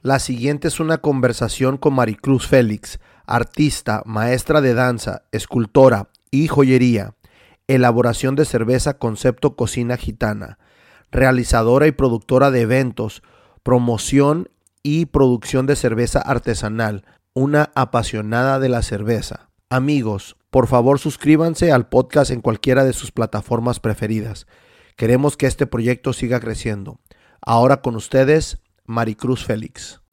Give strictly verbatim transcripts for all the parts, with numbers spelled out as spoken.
La siguiente es una conversación con Maricruz Félix, artista, maestra de danza, escultora y joyería, elaboración de cerveza concepto cocina gitana, realizadora y productora de eventos, promoción y producción de cerveza artesanal, una apasionada de la cerveza. Amigos, por favor suscríbanse al podcast en cualquiera de sus plataformas preferidas. Queremos que este proyecto siga creciendo. Ahora con ustedes, Maricruz Félix.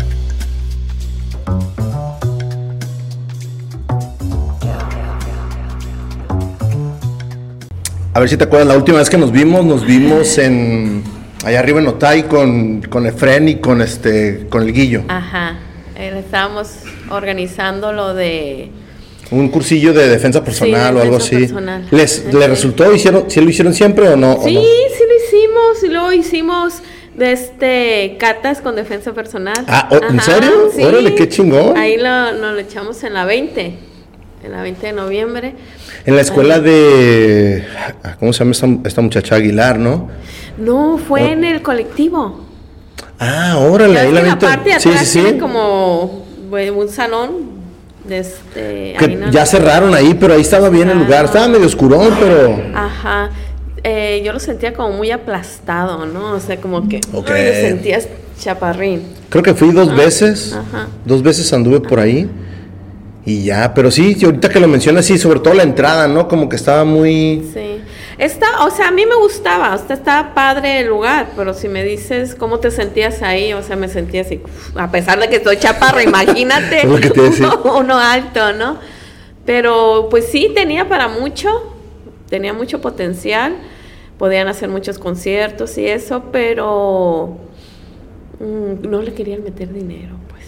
A ver si te acuerdas, la última vez que nos vimos, nos vimos en allá arriba en Otay con, con Efren y con este con el Guillo. Ajá, eh, estábamos organizando lo de un cursillo de defensa personal sí, o algo así. Personal. ¿Les, okay. ¿Les resultó? ¿Hicieron, ¿Sí lo hicieron siempre o no? Sí, o no? sí lo hicimos y luego hicimos de este catas con defensa personal. Ah, ¿en Ajá, serio? Sí. Órale, qué chingón. Ahí lo, nos lo echamos en la veinte, en la veinte de noviembre. En la escuela Ahí. de, ¿cómo se llama esta, esta muchacha? Aguilar, ¿no? No, fue oh. en el colectivo. Ah, órale, ahí la veinte. La parte de atrás sí, sí, sí. como bueno, un salón. De este, que no, ya no, cerraron ahí, pero ahí estaba bien claro. el lugar. Estaba medio oscurón, pero... Ajá. Eh, yo lo sentía como muy aplastado, ¿no? O sea, como que okay. ay, lo sentías chaparrín. Creo que fui dos ah, veces. Ajá. Dos veces anduve por ahí. Y ya, pero sí, ahorita que lo mencionas, sí, sobre todo la entrada, ¿no? Como que estaba muy... Sí. Está, o sea, a mí me gustaba, o sea, estaba padre el lugar, pero si me dices cómo te sentías ahí, o sea, me sentía así, a pesar de que estoy chaparra, imagínate, es lo que te uno, uno alto, ¿no? Pero pues sí, tenía para mucho, tenía mucho potencial, podían hacer muchos conciertos y eso, pero mmm, no le querían meter dinero, pues.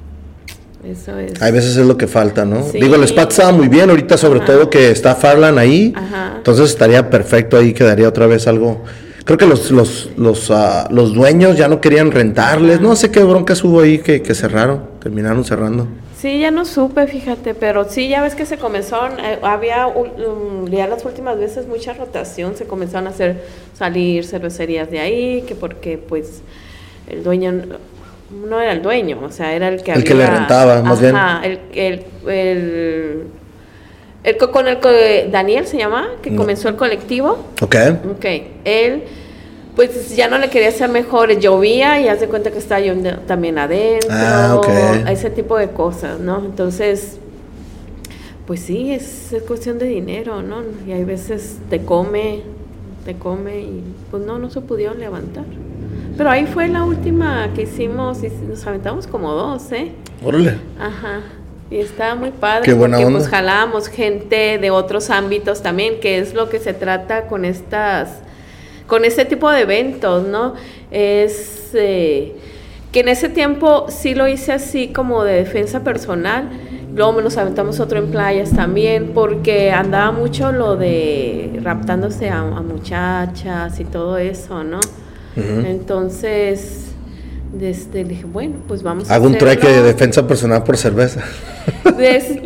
Eso es. Hay veces es lo que falta, ¿no? Sí. Digo, el spot estaba muy bien, ahorita sobre Ajá. todo que está Farland ahí, Ajá. entonces estaría perfecto ahí, quedaría otra vez algo. Creo que los los los uh, los dueños ya no querían rentarles, Ajá. no sé qué broncas hubo ahí que, que cerraron, terminaron cerrando. Sí, ya no supe, fíjate, pero sí, ya ves que se comenzaron, eh, había um, ya las últimas veces mucha rotación, se comenzaron a hacer salir cervecerías de ahí, que porque pues el dueño... no era el dueño, o sea, era el que el había... que le rentaba, más ajá, bien. el, el, el, el, con el que Daniel se llama, que no. comenzó el colectivo. Ok. Ok, él, pues ya no le quería hacer mejor, llovía y hace cuenta que estaba yo también adentro, ah, okay. ese tipo de cosas, ¿no? Entonces, pues sí, es, es cuestión de dinero, ¿no? Y hay veces te come, te come y pues no, no se pudieron levantar. Pero ahí fue la última que hicimos y nos aventamos como dos, ¿eh? Órale. Ajá. Y estaba muy padre. Qué buena porque onda. Pues jalábamos gente de otros ámbitos también, que es lo que se trata con estas, con este tipo de eventos, ¿no? Es eh, que en ese tiempo sí lo hice así como de defensa personal. Luego nos aventamos otro en playas también, porque andaba mucho lo de raptándose a, a muchachas y todo eso, ¿no? Uh-huh. Entonces, desde, dije, bueno, pues vamos Hago a hacerlo. Un trueque de defensa personal por cerveza. Este,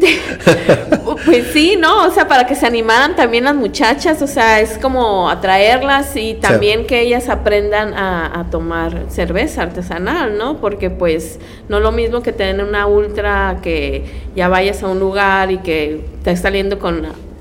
pues sí, ¿no? O sea, para que se animaran también las muchachas, o sea, es como atraerlas y también sí. que ellas aprendan a, a tomar cerveza artesanal, ¿no? Porque pues no es lo mismo que tener una ultra, que ya vayas a un lugar y que estés saliendo con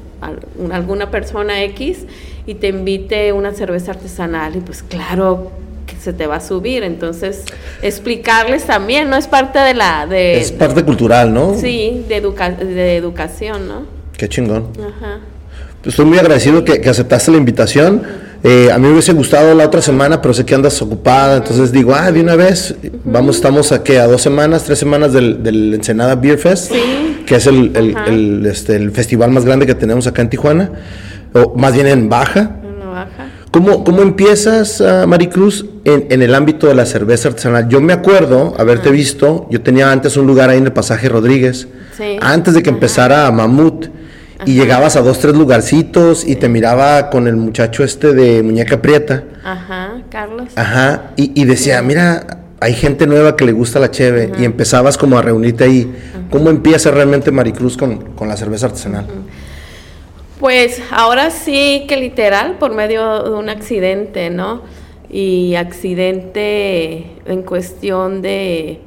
alguna persona X y te invite una cerveza artesanal y pues claro que se te va a subir, entonces explicarles también, ¿no? Es parte de la... de es parte cultural, ¿no? Sí, de, educa de educación, ¿no? Qué chingón. Ajá. Pues estoy muy agradecido que, que aceptaste la invitación. Eh, a mí me hubiese gustado la otra semana, pero sé que andas ocupada, entonces digo, ah, de una vez, uh-huh. vamos, estamos a, ¿qué? A dos semanas, tres semanas del, del Ensenada Beer Fest, sí. que es el, el, el, este, el festival más grande que tenemos acá en Tijuana, o más bien en Baja. En la Baja. ¿Cómo, cómo empiezas, uh, Maricruz, en, en el ámbito de la cerveza artesanal? Yo me acuerdo haberte uh-huh. visto, yo tenía antes un lugar ahí en el Pasaje Rodríguez, sí. antes de que uh-huh. empezara Mamut. Ajá. Y llegabas a dos, tres lugarcitos y sí. te miraba con el muchacho este de Muñeca Prieta. Ajá, Carlos. Ajá, y, y decía, sí. mira, hay gente nueva que le gusta la cheve. Ajá. Y empezabas como a reunirte ahí. Ajá. ¿Cómo empieza realmente Maricruz con, con la cerveza artesanal? Ajá. Pues ahora sí que literal, por medio de un accidente, ¿no? y accidente en cuestión de,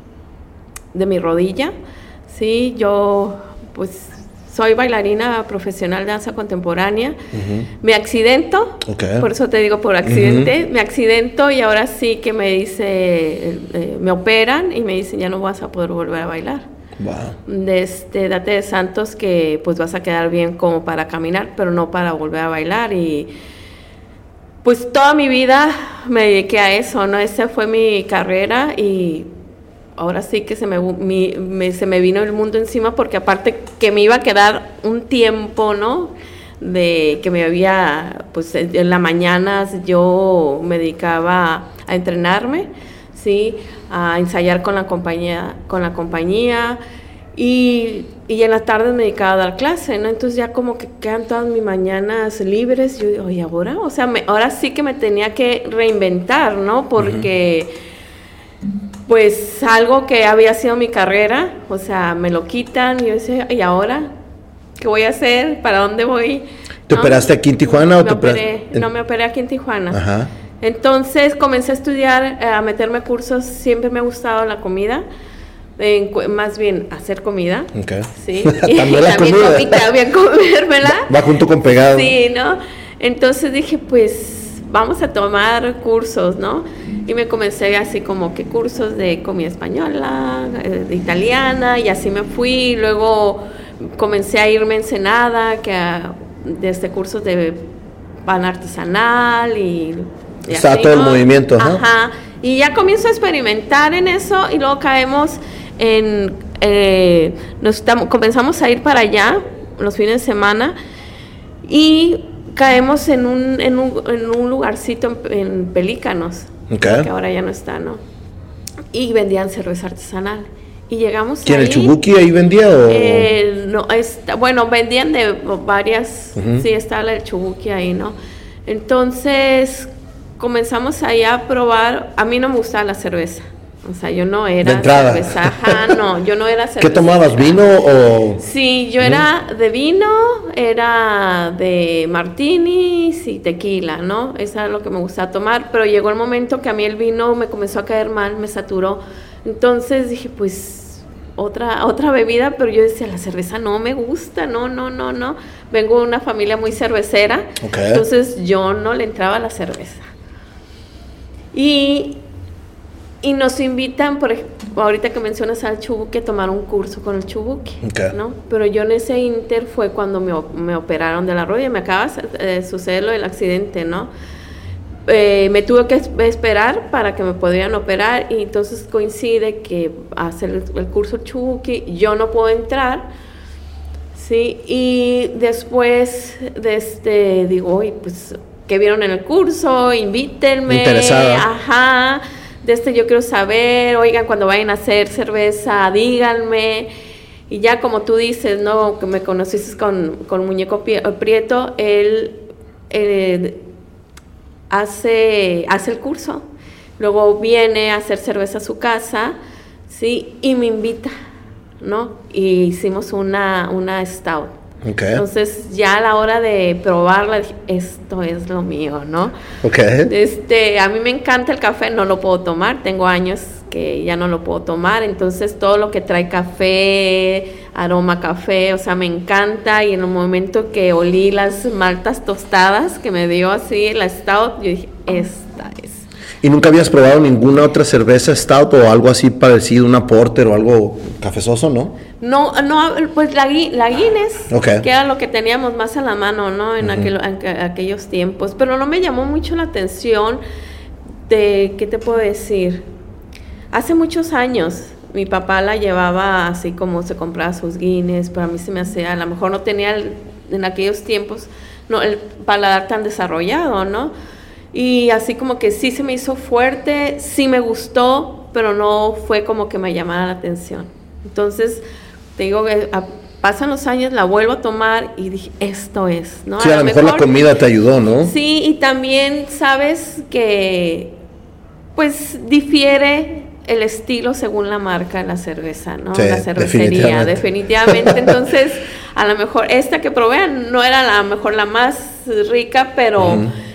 de mi rodilla. Sí, yo pues soy bailarina profesional de danza contemporánea. Uh-huh. Me accidento, okay. Por eso te digo por accidente, uh-huh. Me accidento y ahora sí que me dice, eh, me operan y me dicen ya no vas a poder volver a bailar. Wow. Este, date de santos que pues vas a quedar bien como para caminar, pero no para volver a bailar. Y pues toda mi vida me dediqué a eso, ¿no? Esa fue mi carrera y ahora sí que se me, mi, me, se me vino el mundo encima porque aparte que me iba a quedar un tiempo, ¿no? De que me había, pues en las mañanas yo me dedicaba a entrenarme, ¿sí? A ensayar con la compañía, con la compañía y, y en las tardes me dedicaba a dar clase, ¿no? Entonces ya como que quedan todas mis mañanas libres. Yo digo, ¿y ahora? O sea, me, ahora sí que me tenía que reinventar, ¿no? Porque... Uh-huh. Pues algo que había sido mi carrera, o sea, me lo quitan y yo decía, ¿y ahora? ¿Qué voy a hacer? ¿Para dónde voy? ¿Te ¿No? operaste aquí en Tijuana me o te operé, operaste? No, me operé aquí en Tijuana. Ajá. Entonces comencé a estudiar, a meterme cursos, siempre me ha gustado la comida, en, más bien hacer comida. Okay. Sí. También la también comida. Y también comérmela. Va, va junto con pegado. Sí, ¿no? Entonces dije, pues vamos a tomar cursos, ¿no? Y me comencé así como que cursos de comida española, de italiana, y así me fui. Luego comencé a irme a Ensenada, que a, desde cursos de pan artesanal y... y Está así, todo ¿no? el movimiento, ¿no? Ajá. Y ya comienzo a experimentar en eso y luego caemos en... Eh, nos estamos, comenzamos a ir para allá los fines de semana y caemos en un, en un, en un lugarcito en, en Pelícanos. Okay. Que ahora ya no está, ¿no? Y vendían cerveza artesanal. Y llegamos ¿Quién, ahí... el Chubuki ahí vendía o...? Eh, no, está, bueno, vendían de varias... Uh-huh. Sí, estaba el Chubuki ahí, ¿no? Entonces, comenzamos ahí a probar... A mí no me gustaba la cerveza. O sea, yo no era... De entrada. Cerveza. Ajá, no, yo no era cerveza. ¿Qué tomabas, vino o...? Sí, yo era de vino, era de martinis y tequila, ¿no? Eso era lo que me gustaba tomar, pero llegó el momento que a mí el vino me comenzó a caer mal, me saturó. Entonces dije, pues, otra, otra bebida, pero yo decía, la cerveza no me gusta, no, no, no, no. Vengo de una familia muy cervecera, okay. Entonces yo no le entraba a la cerveza. Y... Y nos invitan, por ejemplo, ahorita que mencionas al Chubuki, a tomar un curso con el Chubuki, okay. ¿No? Pero yo en ese inter fue cuando me, me operaron de la rodilla, me acaba de suceder lo del accidente, ¿no? Eh, me tuve que esperar para que me podrían operar y entonces coincide que hace el, el curso Chubuki, yo no puedo entrar, ¿sí? Y después de este, digo, oye, pues, ¿qué vieron en el curso? Invítenme. Interesada. Ajá. De este yo quiero saber, oigan, cuando vayan a hacer cerveza, díganme. Y ya como tú dices, ¿no? Que me conociste con, con Muñeco Prieto, él eh, hace, hace el curso. Luego viene a hacer cerveza a su casa, ¿sí? Y me invita, ¿no? Y hicimos una, una stout. Okay. Entonces ya a la hora de probarla dije, esto es lo mío, ¿no? Okay. Este, a mí me encanta el café, no lo puedo tomar, tengo años que ya no lo puedo tomar, entonces todo lo que trae café, aroma café, o sea, me encanta, y en el momento que olí las maltas tostadas que me dio así la stout, yo dije, esta es. ¿Y nunca habías probado ninguna otra cerveza stout o algo así parecido, una porter o algo cafezoso, no? No, no, pues la, la Guinness, okay. Que era lo que teníamos más a la mano, ¿no? En, uh-huh. aquel, en aquellos tiempos, pero no me llamó mucho la atención de, ¿qué te puedo decir? Hace muchos años mi papá la llevaba así como se compraba sus Guinness, pero a mí se me hacía, a lo mejor no tenía el, en aquellos tiempos no, el paladar tan desarrollado, ¿no? Y así como que sí se me hizo fuerte, sí me gustó, pero no fue como que me llamara la atención. Entonces, te digo que a, pasan los años, la vuelvo a tomar y dije, esto es, ¿no? Sí, a, a lo mejor, mejor la comida te ayudó, ¿no? Sí, y también sabes que, pues, difiere el estilo según la marca de la cerveza, ¿no? Sí, la cervecería, definitivamente. definitivamente. Entonces, a lo mejor esta que probé no era a lo mejor la más rica, pero... Uh-huh.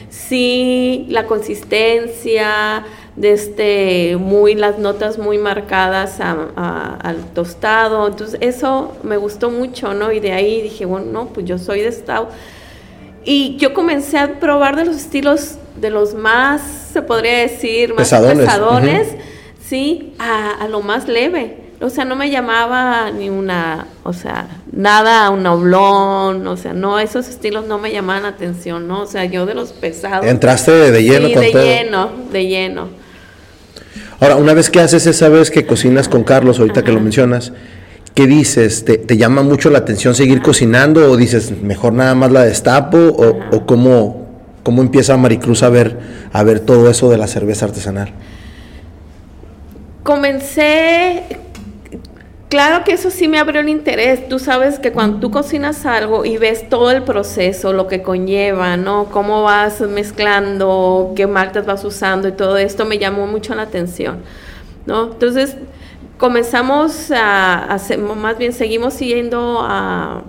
sí, la consistencia, de este, muy, las notas muy marcadas a, a, al tostado. Entonces eso me gustó mucho, ¿no? Y de ahí dije, bueno, no, pues yo soy de stout. Y yo comencé a probar de los estilos, de los más, se podría decir, más pesadones, pesadones uh-huh. sí, a, a lo más leve. O sea, no me llamaba ni una, o sea, nada, un oblón, o sea, no, esos estilos no me llamaban la atención, ¿no? O sea, yo de los pesados. Entraste de, de lleno sí, con de todo. de lleno, de lleno. Ahora, una vez que haces esa vez que cocinas con Carlos, ahorita Ajá. que lo mencionas, ¿qué dices? ¿Te, te llama mucho la atención seguir Ajá. cocinando o dices, mejor nada más la destapo? ¿O, o cómo, cómo empieza Maricruz a ver, a ver todo eso de la cerveza artesanal? Comencé... Claro que eso sí me abrió el interés. Tú sabes que cuando tú cocinas algo y ves todo el proceso, lo que conlleva, ¿no? Cómo vas mezclando, qué maltas vas usando y todo esto me llamó mucho la atención, ¿no? Entonces comenzamos a, a hacer, más bien seguimos yendo a,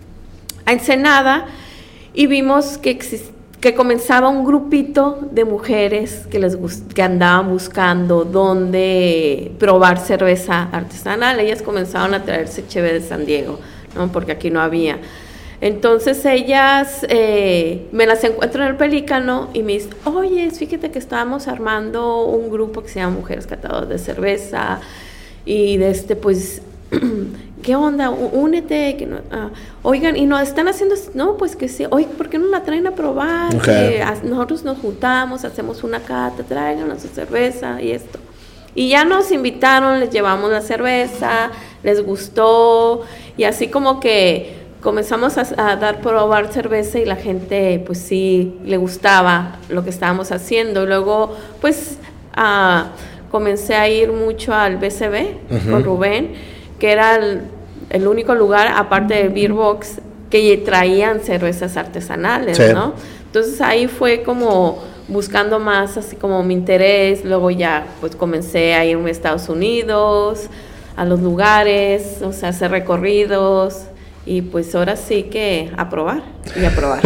a Ensenada y vimos que existía, que comenzaba un grupito de mujeres que les gust- que andaban buscando dónde probar cerveza artesanal. Ellas comenzaban a traerse cheve de San Diego, ¿no? Porque aquí no había. Entonces ellas, eh, me las encuentro en el Pelícano y me dicen, oye, fíjate que estábamos armando un grupo que se llama Mujeres Catadoras de Cerveza y de este, pues... ¿Qué onda? Únete. Que no, uh, oigan, y nos están haciendo, no, pues que sí, oye, ¿por qué no la traen a probar? Okay. Que a, nosotros nos juntamos, hacemos una cata, traigan su cerveza y esto. Y ya nos invitaron, les llevamos la cerveza, les gustó, y así como que comenzamos a, a dar probar cerveza y la gente, pues sí, le gustaba lo que estábamos haciendo. Y luego, pues, uh, comencé a ir mucho al B C B uh-huh. con Rubén, que era el, el único lugar, aparte de Beer Box, que traían cervezas artesanales, sí. ¿no? Entonces ahí fue como buscando más, así como mi interés. Luego ya pues comencé a irme a Estados Unidos, a los lugares, o sea, hacer recorridos, y pues ahora sí que a probar y a probar.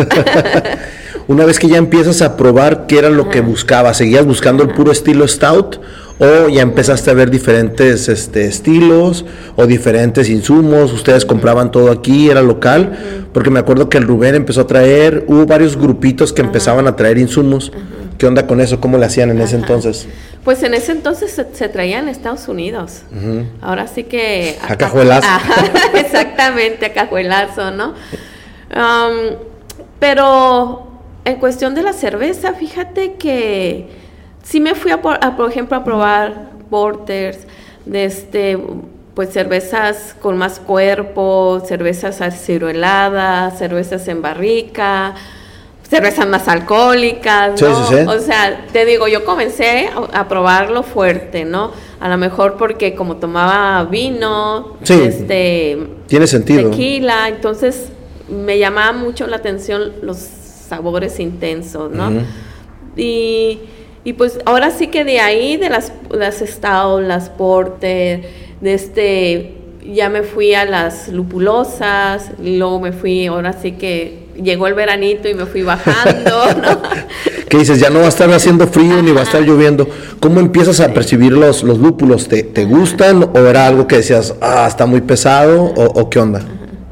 Una vez que ya empiezas a probar, ¿qué era lo Ajá. que buscabas? ¿Seguías buscando Ajá. el puro estilo stout? ¿O ya empezaste a ver diferentes este, estilos o diferentes insumos? ¿Ustedes compraban todo aquí? ¿Era local? Uh-huh. Porque me acuerdo que el Rubén empezó a traer, hubo varios grupitos que uh-huh. empezaban a traer insumos. Uh-huh. ¿Qué onda con eso? ¿Cómo le hacían en uh-huh. ese entonces? Pues en ese entonces se, se traían en Estados Unidos. Uh-huh. Ahora sí que... A, a cajuelazo. A, exactamente, a cajuelazo, ¿no? Um, pero en cuestión de la cerveza, fíjate que... Sí me fui, a, a, por ejemplo, a probar porters, de este, pues cervezas con más cuerpo, cervezas acirueladas, cervezas en barrica, cervezas más alcohólicas, ¿no? Sí, sí, sí. O sea, te digo, yo comencé a, a probarlo fuerte, ¿no? A lo mejor porque como tomaba vino, sí, este, tiene sentido. Tequila, entonces me llamaba mucho la atención los sabores intensos, ¿no? Uh-huh. Y... Y pues ahora sí que de ahí, de las, las stout, las porter, de este, ya me fui a las lupulosas, y luego me fui, ahora sí que llegó el veranito y me fui bajando, ¿no? ¿Qué dices? Ya no va a estar haciendo frío ni va a estar lloviendo. ¿Cómo empiezas a percibir los, los lúpulos? ¿Te, te gustan o era algo que decías, ah, está muy pesado o, o qué onda?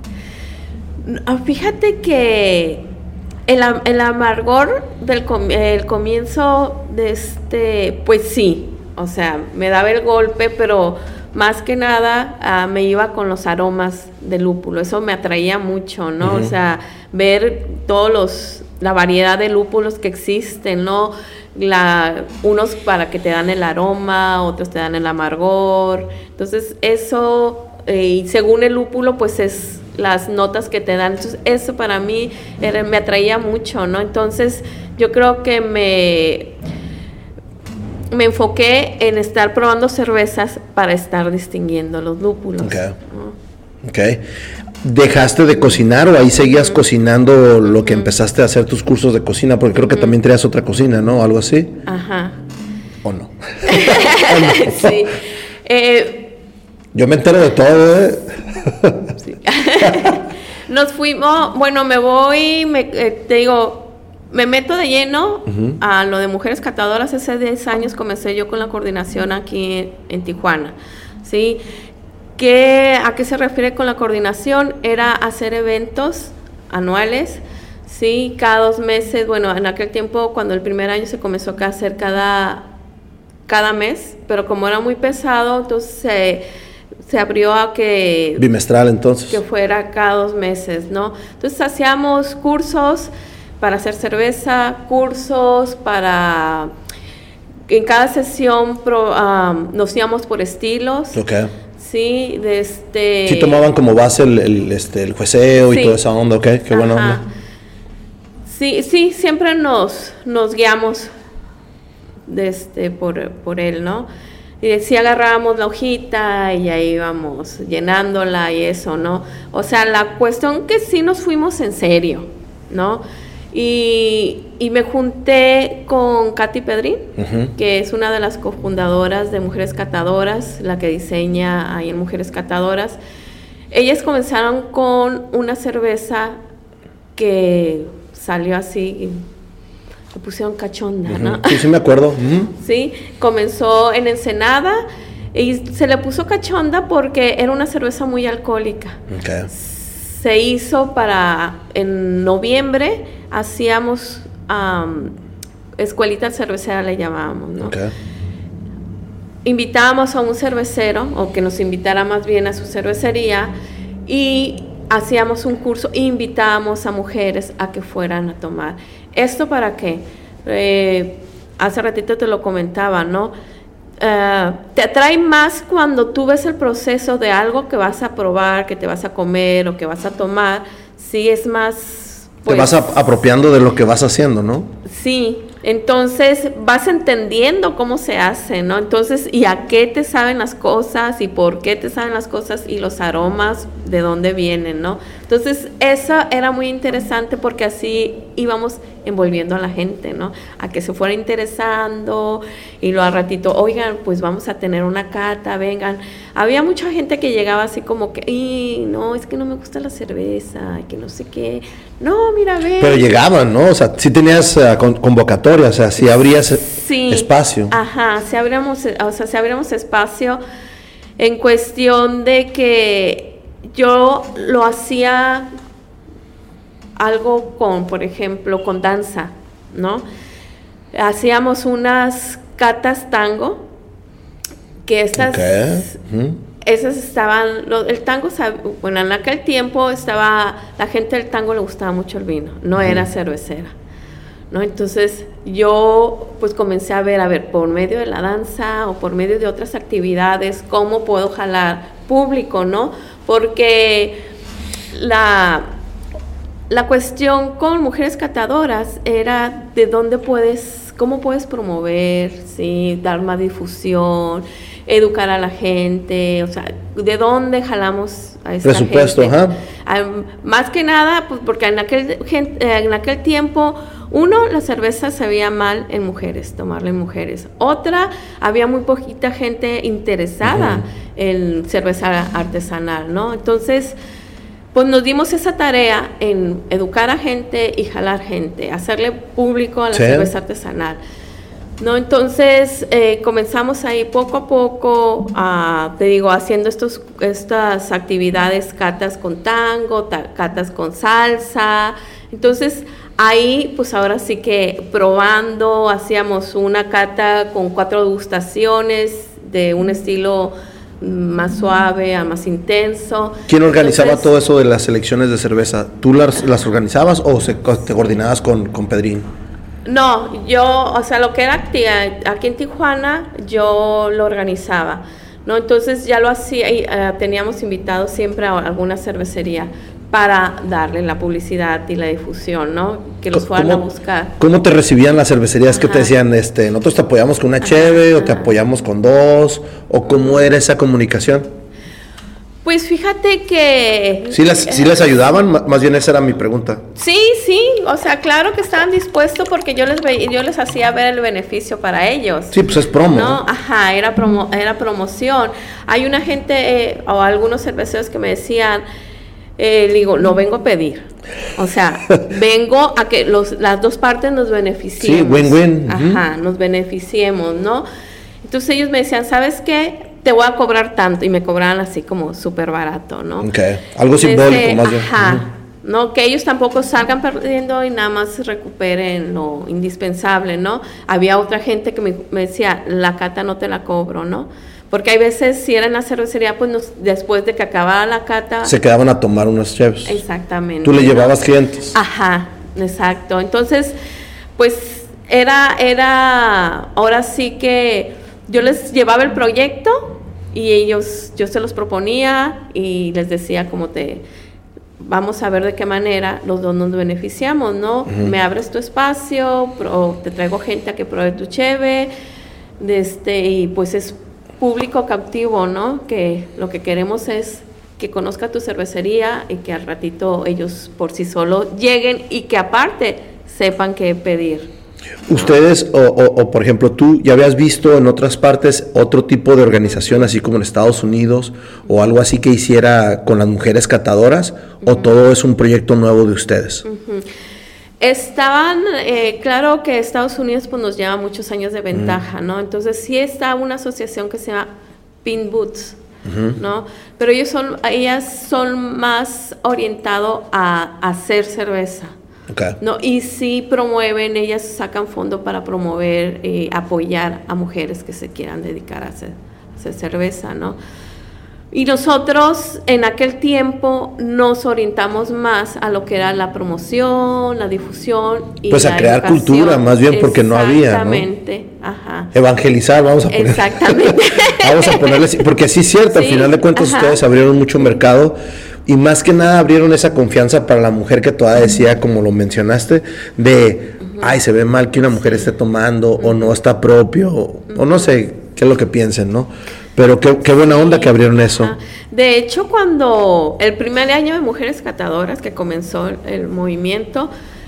Fíjate que... El, el amargor del com, el comienzo de este, pues sí, o sea, me daba el golpe, pero más que nada uh, me iba con los aromas del lúpulo, eso me atraía mucho, ¿no? Uh-huh. O sea, ver todos los, la variedad de lúpulos que existen, ¿no? La, unos para que te dan el aroma, otros te dan el amargor, entonces eso, eh, y según el lúpulo, pues es las notas que te dan, entonces eso para mí era, me atraía mucho, ¿no? Entonces yo creo que me me enfoqué en estar probando cervezas para estar distinguiendo los lúpulos. Okay. ¿no? Okay. ¿Dejaste de cocinar o ahí seguías uh-huh. cocinando lo que uh-huh. empezaste a hacer tus cursos de cocina? Porque creo que uh-huh. también tenías otra cocina, ¿no? Algo así. Ajá. ¿O no? ¿O no? Sí. Eh, Yo me entero de todo, ¿eh? Sí. Nos fuimos, bueno, me voy, me, eh, te digo, me meto de lleno uh-huh. a lo de mujeres catadoras. Hace diez años comencé yo con la coordinación aquí en, en Tijuana, ¿sí? ¿Qué, ¿A qué se refiere con la coordinación? Era hacer eventos anuales, ¿sí? Cada dos meses, bueno, en aquel tiempo, cuando el primer año se comenzó a hacer cada, cada mes, pero como era muy pesado, entonces se, se abrió a que... Bimestral, entonces. Que fuera cada dos meses, ¿no? Entonces hacíamos cursos para hacer cerveza, cursos para... En cada sesión pro, um, nos íbamos por estilos. Ok. Sí, de este... Sí tomaban como base el, el, este, el jueceo sí. y toda esa onda, ok, qué buena onda. Sí, sí, siempre nos, nos guiamos de este, por, por él, ¿no? Y sí agarrábamos la hojita y ahí íbamos llenándola y eso, ¿no? O sea, la cuestión que sí nos fuimos en serio, ¿no? Y, y me junté con Katy Pedrín, uh-huh. que es una de las cofundadoras de Mujeres Catadoras, la que diseña ahí en Mujeres Catadoras. Ellas comenzaron con una cerveza que salió así, le pusieron cachonda, uh-huh. ¿no? Sí, sí me acuerdo. Uh-huh. Sí, comenzó en Ensenada y se le puso cachonda porque era una cerveza muy alcohólica. Okay. Se hizo para, en noviembre, hacíamos um, escuelita cervecera, le llamábamos, ¿no? Okay. Invitábamos a un cervecero, o que nos invitara más bien a su cervecería, y hacíamos un curso, e invitábamos a mujeres a que fueran a tomar. ¿Esto para qué? Eh, hace ratito te lo comentaba, ¿no? Uh, te atrae más cuando tú ves el proceso de algo que vas a probar, que te vas a comer o que vas a tomar. Sí, es más... Pues, te vas a, apropiando de lo que vas haciendo, ¿no? Sí, entonces vas entendiendo cómo se hace, ¿no? Entonces, y a qué te saben las cosas y por qué te saben las cosas y los aromas, de dónde vienen, ¿no? Entonces, eso era muy interesante porque así íbamos envolviendo a la gente, ¿no? A que se fuera interesando y luego al ratito, oigan, pues vamos a tener una cata, vengan. Había mucha gente que llegaba así como que, y no, es que no me gusta la cerveza, que no sé qué. No, mira, ve. Pero llegaban, ¿no? O sea, sí tenías uh, con, convocatoria, o sea, sí abrías sí, espacio. Ajá, sí abríamos, o sea, sí abríamos espacio en cuestión de que yo lo hacía algo con, por ejemplo, con danza, ¿no? Hacíamos unas catas tango, que estas, okay. uh-huh. esas estaban, lo, el tango, bueno, en aquel tiempo estaba, la gente del tango le gustaba mucho el vino, no uh-huh. era cervecera, ¿no? Entonces yo pues comencé a ver, a ver, por medio de la danza o por medio de otras actividades, cómo puedo jalar público, ¿no? Porque la... La cuestión con Mujeres Catadoras era de dónde puedes, cómo puedes promover, ¿sí? Dar más difusión, educar a la gente, o sea, de dónde jalamos a esta presupuesto, gente. Ajá. Um, más que nada, pues porque en aquel, en aquel tiempo, uno, la cerveza se veía mal en mujeres, tomarla en mujeres. Otra, había muy poquita gente interesada uh-huh. en cerveza artesanal, ¿no? Entonces, pues nos dimos esa tarea en educar a gente y jalar gente, hacerle público a la sí. cerveza artesanal, ¿no? Entonces eh, comenzamos ahí poco a poco, a, te digo, haciendo estos, estas actividades, catas con tango, ta, catas con salsa. Entonces ahí pues ahora sí que probando, hacíamos una cata con cuatro degustaciones de un estilo más suave a más intenso. ¿Quién organizaba Entonces, todo eso de las selecciones de cerveza? ¿Tú las, las organizabas o se, te coordinabas con, con Pedrín? No, yo, o sea, lo que era aquí en Tijuana, yo lo organizaba, ¿no? Entonces ya lo hacía y uh, teníamos invitados siempre a alguna cervecería para darle la publicidad y la difusión, ¿no? Que los fueran a buscar. ¿Cómo te recibían las cervecerías? ¿Qué te decían? Este, nosotros te apoyamos con una cheve, o te apoyamos con dos, o cómo era esa comunicación? Pues fíjate que... ¿Sí las, sí les ayudaban? Más bien esa era mi pregunta. Sí, sí, o sea, claro que estaban dispuestos porque yo les ve, yo les hacía ver el beneficio para ellos. Sí, pues es promo. ¿No? Ajá, era, promo, era promoción. Hay una gente, eh, o algunos cerveceros que me decían... Eh, digo, no vengo a pedir. O sea, vengo a que los, las dos partes nos beneficiemos. Sí, win-win. Ajá, uh-huh. nos beneficiemos, ¿no? Entonces ellos me decían, ¿sabes qué? Te voy a cobrar tanto. Y me cobraban así como súper barato, ¿no? Ok, algo simbólico más bien. Ajá. Uh-huh. No, que ellos tampoco salgan perdiendo y nada más recuperen lo indispensable, ¿no? Había otra gente que me, me decía, la cata no te la cobro, ¿no? Porque hay veces, si era en la cervecería, pues nos, después de que acababa la cata... Se quedaban a tomar unos chefs. Exactamente. ¿Tú le llevabas ¿no? clientes? Ajá, exacto. Entonces, pues era, era, ahora sí que yo les llevaba el proyecto y ellos, yo se los proponía y les decía como te... Vamos a ver de qué manera los dos nos beneficiamos, ¿no? Uh-huh. Me abres tu espacio, pro, te traigo gente a que pruebe tu cheve, de este, y pues es público cautivo, ¿no? Que lo que queremos es que conozca tu cervecería y que al ratito ellos por sí solos lleguen y que aparte sepan qué pedir. Ustedes, o, o, o por ejemplo, tú ya habías visto en otras partes otro tipo de organización, así como en Estados Unidos, o algo así que hiciera con las mujeres catadoras, uh-huh. o todo es un proyecto nuevo de ustedes. Uh-huh. Estaban, eh, claro que Estados Unidos pues nos lleva muchos años de ventaja, uh-huh. ¿no? Entonces sí está una asociación que se llama Pink Boots, uh-huh. ¿no? Pero ellos son, ellas son más orientado a, a hacer cerveza. Okay. No, y sí promueven, ellas sacan fondo para promover, eh, apoyar a mujeres que se quieran dedicar a hacer, a hacer cerveza, ¿no? Y nosotros en aquel tiempo nos orientamos más a lo que era la promoción, la difusión y pues la a crear educación. Cultura, más bien porque no había, ¿no? Exactamente, ajá. Evangelizar, vamos a poner. Exactamente. Vamos a ponerle, porque sí es cierto, sí, al final de cuentas ajá. ustedes abrieron mucho mercado. Y más que nada abrieron esa confianza para la mujer que todavía decía, como lo mencionaste, de, uh-huh. ay, se ve mal que una mujer esté tomando, uh-huh. o no está propio, o, uh-huh. o no sé qué es lo que piensen, ¿no? Pero qué, qué buena onda sí. que abrieron eso. Uh-huh. De hecho, cuando el primer año de Mujeres Catadoras, que comenzó el, el movimiento,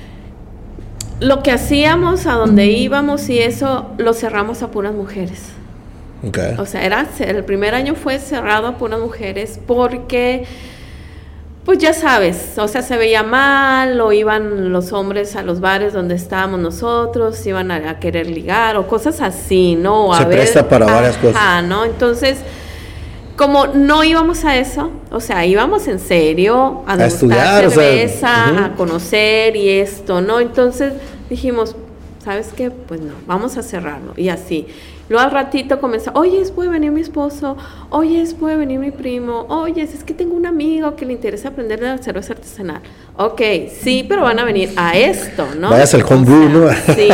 lo que hacíamos, a donde íbamos y eso, lo cerramos a puras mujeres. Okay. O sea, era, el primer año fue cerrado a puras mujeres porque... Pues ya sabes, o sea, se veía mal, o iban los hombres a los bares donde estábamos nosotros, iban a, a querer ligar, o cosas así, ¿no? O se a ver, presta para ajá, varias cosas. ¿no? Entonces, como no íbamos a eso, o sea, íbamos en serio a, a estudiar, cerveza, o sea, uh-huh. a conocer y esto, ¿no? Entonces dijimos, ¿sabes qué? Pues no, vamos a cerrarlo, y así. Luego al ratito comenzó, oye, puede venir mi esposo, oye, puede venir mi primo, oye, es que tengo un amigo que le interesa aprender de la cerveza artesanal. Ok, sí, pero van a venir a esto, ¿no? Vayas al homebrew, ¿no? Sí,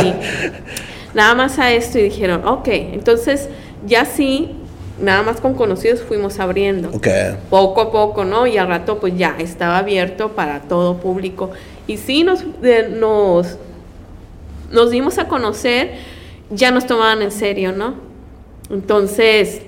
nada más a esto y dijeron, ok, entonces ya sí, nada más con conocidos fuimos abriendo. Okay. Poco a poco, ¿no? Y al rato pues ya estaba abierto para todo público. Y sí nos, de, nos, nos dimos a conocer, ya nos tomaban en serio, ¿no? Entonces,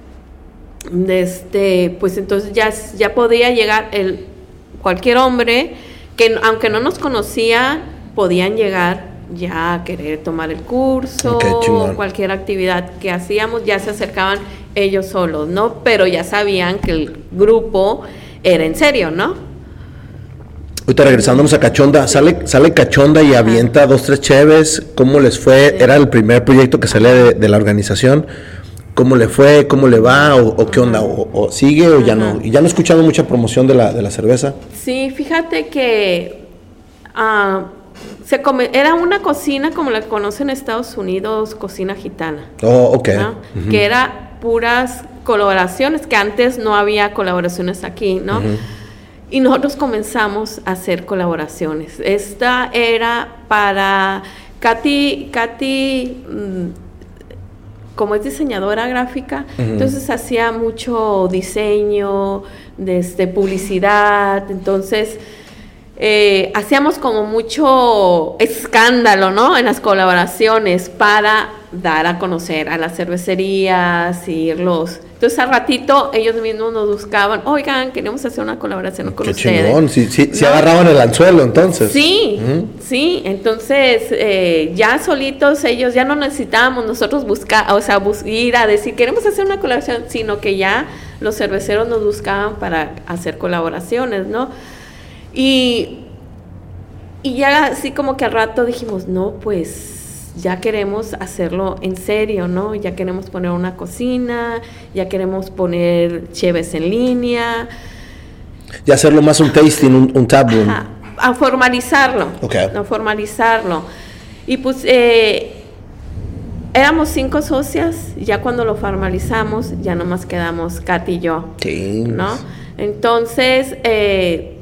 este, pues entonces ya, ya podía llegar el cualquier hombre que aunque no nos conocía, podían llegar ya a querer tomar el curso, okay, cualquier actividad que hacíamos, ya se acercaban ellos solos, ¿no? Pero ya sabían que el grupo era en serio, ¿no? Ahorita regresándonos a Cachonda, sale sale Cachonda y avienta Ajá. dos, tres cheves. ¿Cómo les fue? Sí. Era el primer proyecto que sale de, de la organización. ¿Cómo le fue? ¿Cómo le va? ¿O, o qué onda? ¿O, o sigue o Ajá. ya no? Y ya no he escuchado mucha promoción de la, de la cerveza. Sí, fíjate que uh, se come, era una cocina como la conocen en Estados Unidos, cocina gitana. Oh, ok. ¿no? Uh-huh. Que era puras colaboraciones, que antes no había colaboraciones aquí, ¿no? Uh-huh. Y nosotros comenzamos a hacer colaboraciones. Esta era para Katy, Katy, mmm, como es diseñadora gráfica, uh-huh. entonces hacía mucho diseño, desde publicidad, entonces eh, hacíamos como mucho escándalo, ¿no? En las colaboraciones para dar a conocer a las cervecerías, irlos. Entonces al ratito ellos mismos nos buscaban, oigan, queremos hacer una colaboración con Qué ustedes. Chingón, sí, sí, ¿no? Se agarraban el anzuelo entonces. Sí, uh-huh. sí, entonces eh, ya solitos ellos, ya no necesitábamos nosotros buscar, o sea, bus- ir a decir, queremos hacer una colaboración, sino que ya los cerveceros nos buscaban para hacer colaboraciones, ¿no? Y, y ya así como que al rato dijimos, no, pues ya queremos hacerlo en serio, ¿no? Ya queremos poner una cocina, ya queremos poner cheves en línea. Y hacerlo más un tasting, un, un tap room. Ajá, a formalizarlo. Okay. A formalizarlo. Y pues eh, éramos cinco socias, ya cuando lo formalizamos, ya nomás quedamos Katy y yo, sí. ¿no? Entonces, eh,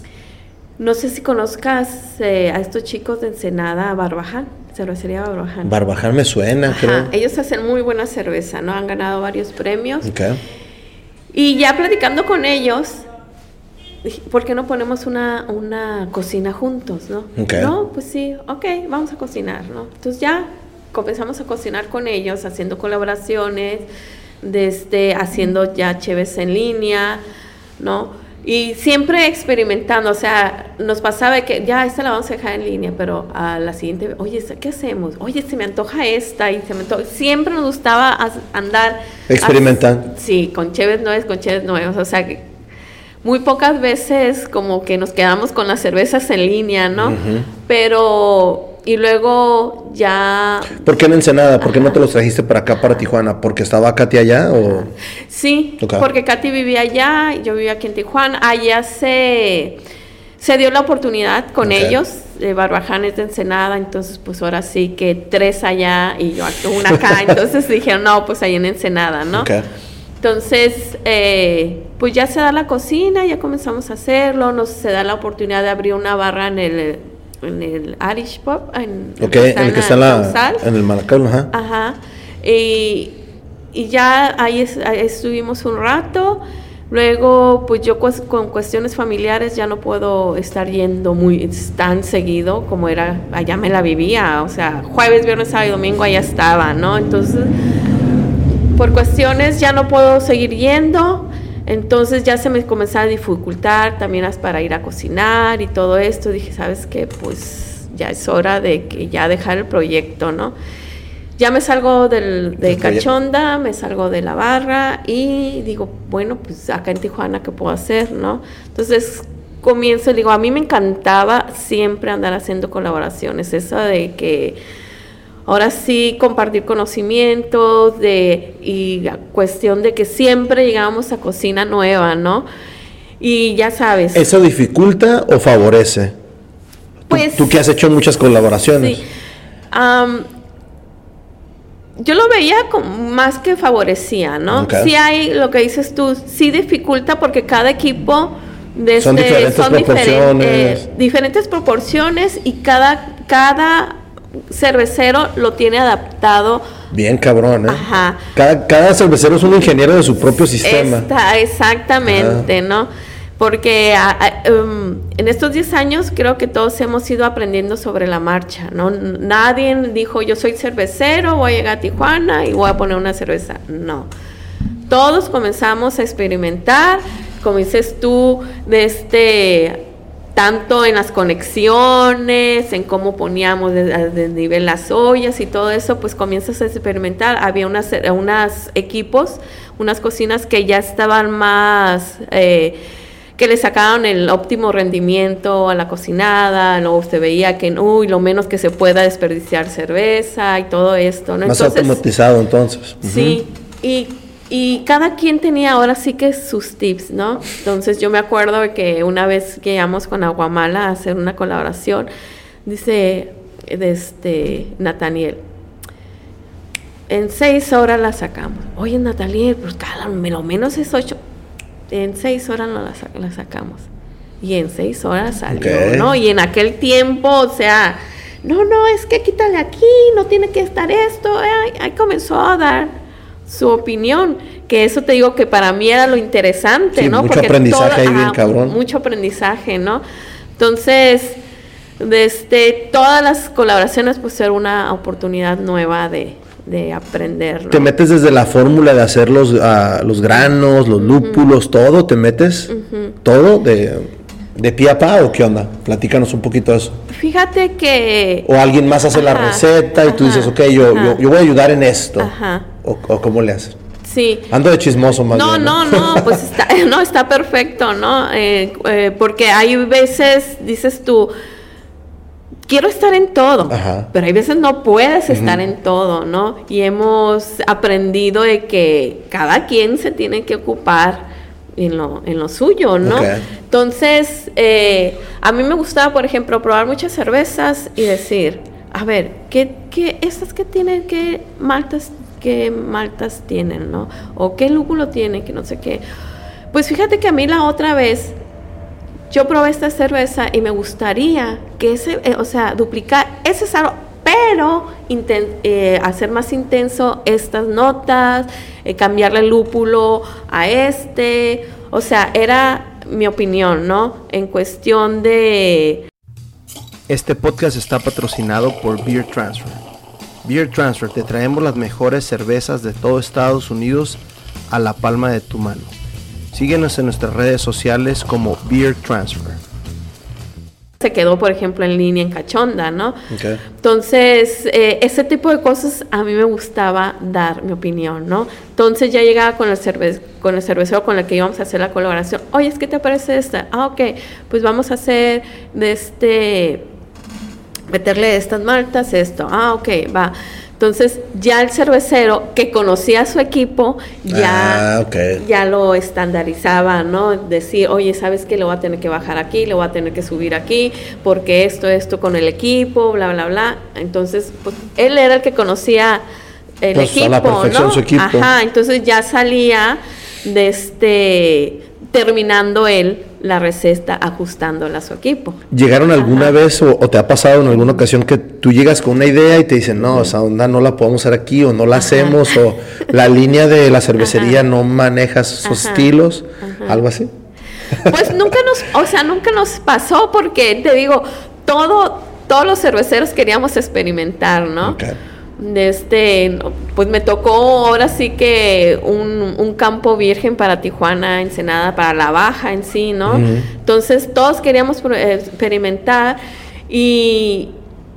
no sé si conozcas eh, a estos chicos de Ensenada, Barbaján. Cervecería Barbaján. Barbaján me suena, Ajá, creo. ellos hacen muy buena cerveza, ¿no? Han ganado varios premios. Okay. Y ya platicando con ellos, dije, ¿por qué no ponemos una, una cocina juntos, no? Okay. No, pues sí, ok, vamos a cocinar, ¿no? Entonces ya comenzamos a cocinar con ellos, haciendo colaboraciones, desde haciendo ya cheves en línea, ¿no? Y siempre experimentando, o sea, nos pasaba que ya esta la vamos a dejar en línea, pero a la siguiente, oye, ¿qué hacemos? Oye, se me antoja esta y se me antoja. Siempre nos gustaba andar experimentando. Sí, con cheves nuevas, con cheves nuevas, o sea, que muy pocas veces como que nos quedamos con las cervezas en línea, ¿no? Uh-huh. Pero y luego ya... ¿Por qué en Ensenada? ¿Por qué no te los trajiste para acá, para Tijuana? ¿Porque estaba Katy allá o...? Sí, okay. Porque Katy vivía allá, yo vivía aquí en Tijuana. Allá se, se dio la oportunidad con okay. ellos, de Barbaján es de Ensenada, entonces pues ahora sí que tres allá y yo una acá. Entonces dijeron, no, pues ahí en Ensenada, ¿no? Okay. Entonces, eh, pues ya se da la cocina, ya comenzamos a hacerlo, nos se da la oportunidad de abrir una barra en el... en el Irish Pub, en, okay, en el que está en, la, en el Malacal, ajá. Ajá. Y, y ya ahí, es, ahí estuvimos un rato. Luego, pues yo pues, con cuestiones familiares ya no puedo estar yendo muy tan seguido como era, allá me la vivía, o sea, jueves, viernes, sábado y domingo allá estaba, ¿no? Entonces, por cuestiones ya no puedo seguir yendo. Entonces ya se me comenzaba a dificultar también para ir a cocinar y todo esto. Dije, ¿sabes qué? Pues ya es hora de que ya dejar el proyecto, ¿no? Ya me salgo del, de Cachonda, me salgo de la barra y digo, bueno, pues acá en Tijuana, ¿qué puedo hacer, no? Entonces comienzo, digo, a mí me encantaba siempre andar haciendo colaboraciones. Eso de que... Ahora sí, compartir conocimientos de, y la cuestión de que siempre llegamos a cocina nueva, ¿no? Y ya sabes. ¿Eso dificulta o favorece? Pues, ¿Tú, tú que has hecho muchas colaboraciones? Sí. Um, yo lo veía como más que favorecía, ¿no? Okay. Sí hay, lo que dices tú, sí dificulta porque cada equipo... Desde, son diferentes son proporciones. Diferentes, eh, diferentes proporciones y cada... cada cervecero lo tiene adaptado. Bien cabrón, ¿eh? Ajá. Cada, cada cervecero es un ingeniero de su propio sistema. Está, exactamente, Ajá. ¿no? Porque a, a, um, en estos diez años creo que todos hemos ido aprendiendo sobre la marcha, ¿no? Nadie dijo, yo soy cervecero, voy a llegar a Tijuana y voy a poner una cerveza. No. Todos comenzamos a experimentar, como dices tú, de este... tanto en las conexiones, en cómo poníamos de, de nivel las ollas y todo eso, pues comienzas a experimentar. Había unas, unas equipos, unas cocinas que ya estaban más, eh, que le sacaban el óptimo rendimiento a la cocinada, luego se veía que, uy, lo menos que se pueda desperdiciar cerveza y todo esto, ¿no? Más entonces, automatizado entonces. Sí, uh-huh. y... Y cada quien tenía ahora sí que sus tips, ¿no? Entonces yo me acuerdo de que una vez que llegamos con Aguamala a hacer una colaboración, dice de este Nathaniel, en seis horas la sacamos. Oye, Nathaniel, pues cada lo menos es ocho. En seis horas no la, la sacamos. Y en seis horas salió, okay. ¿no? Y en aquel tiempo, o sea, no, no, es que quítale aquí, no tiene que estar esto. Ahí, ahí comenzó a dar su opinión, que eso te digo que para mí era lo interesante, sí, ¿no? Mucho Porque aprendizaje todo, ahí bien ajá, cabrón. Mucho aprendizaje, ¿no? Entonces, desde todas las colaboraciones, pues era una oportunidad nueva de, de aprender, ¿no? ¿Te metes desde la fórmula de hacer los, uh, los granos, los lúpulos, uh-huh. todo? ¿Te metes? Uh-huh. ¿Todo? ¿De, de pie a pa o qué onda? Platícanos un poquito de eso. Fíjate que... O alguien más hace ajá, la receta y ajá, tú dices, ok, yo, yo, yo voy a ayudar en esto. Ajá. O, o ¿cómo le haces? Sí. Ando de chismoso más no, bien. No, no, no, pues está, no, está perfecto, ¿no? Eh, eh, porque hay veces, dices tú, quiero estar en todo, Ajá. pero hay veces no puedes uh-huh. estar en todo, ¿no? Y hemos aprendido de que cada quien se tiene que ocupar en lo, en lo suyo, ¿no? Okay. Entonces, eh, a mí me gustaba, por ejemplo, probar muchas cervezas y decir, a ver, ¿qué, qué estas que tienen, qué maltas, qué maltas tienen, ¿no? O qué lúpulo tienen, que no sé qué. Pues fíjate que a mí la otra vez yo probé esta cerveza y me gustaría que ese, eh, o sea, duplicar ese sabor, pero inten, eh, hacer más intenso estas notas, eh, cambiarle el lúpulo a este, o sea, era mi opinión, ¿no? En cuestión de... Este podcast está patrocinado por Beer Transfer. Beer Transfer, te traemos las mejores cervezas de todo Estados Unidos a la palma de tu mano. Síguenos en nuestras redes sociales como Beer Transfer. Se quedó, por ejemplo, en línea en Cachonda, ¿no? Okay. Entonces, eh, ese tipo de cosas a mí me gustaba dar mi opinión, ¿no? Entonces ya llegaba con el, cerve- con el cervecero con el que íbamos a hacer la colaboración. Oye, ¿qué te parece esta? Ah, ok, pues vamos a hacer de este... meterle estas maltas, esto. Ah, ok, va. Entonces, ya el cervecero que conocía a su equipo, ya, ah, okay. ya lo estandarizaba, ¿no? Decir, oye, ¿sabes qué? Le voy a tener que bajar aquí, le voy a tener que subir aquí, porque esto, esto con el equipo, bla, bla, bla. Entonces, pues, él era el que conocía el pues equipo, a la perfección ¿no? Su equipo. Ajá, entonces ya salía de este... terminando él la receta, ajustándola a su equipo. ¿Llegaron alguna Ajá. vez o, o te ha pasado en alguna ocasión que tú llegas con una idea y te dicen, no, esa onda no la podemos hacer aquí o no la Ajá. hacemos o la línea de la cervecería Ajá. no maneja esos Ajá. estilos, Ajá. algo así? Pues nunca nos, o sea, nunca nos pasó porque, te digo, todo, todos los cerveceros queríamos experimentar, ¿no? Okay. Este, pues me tocó ahora sí que un, un campo virgen para Tijuana, Ensenada, para la Baja en sí, ¿no? Uh-huh. Entonces todos queríamos experimentar y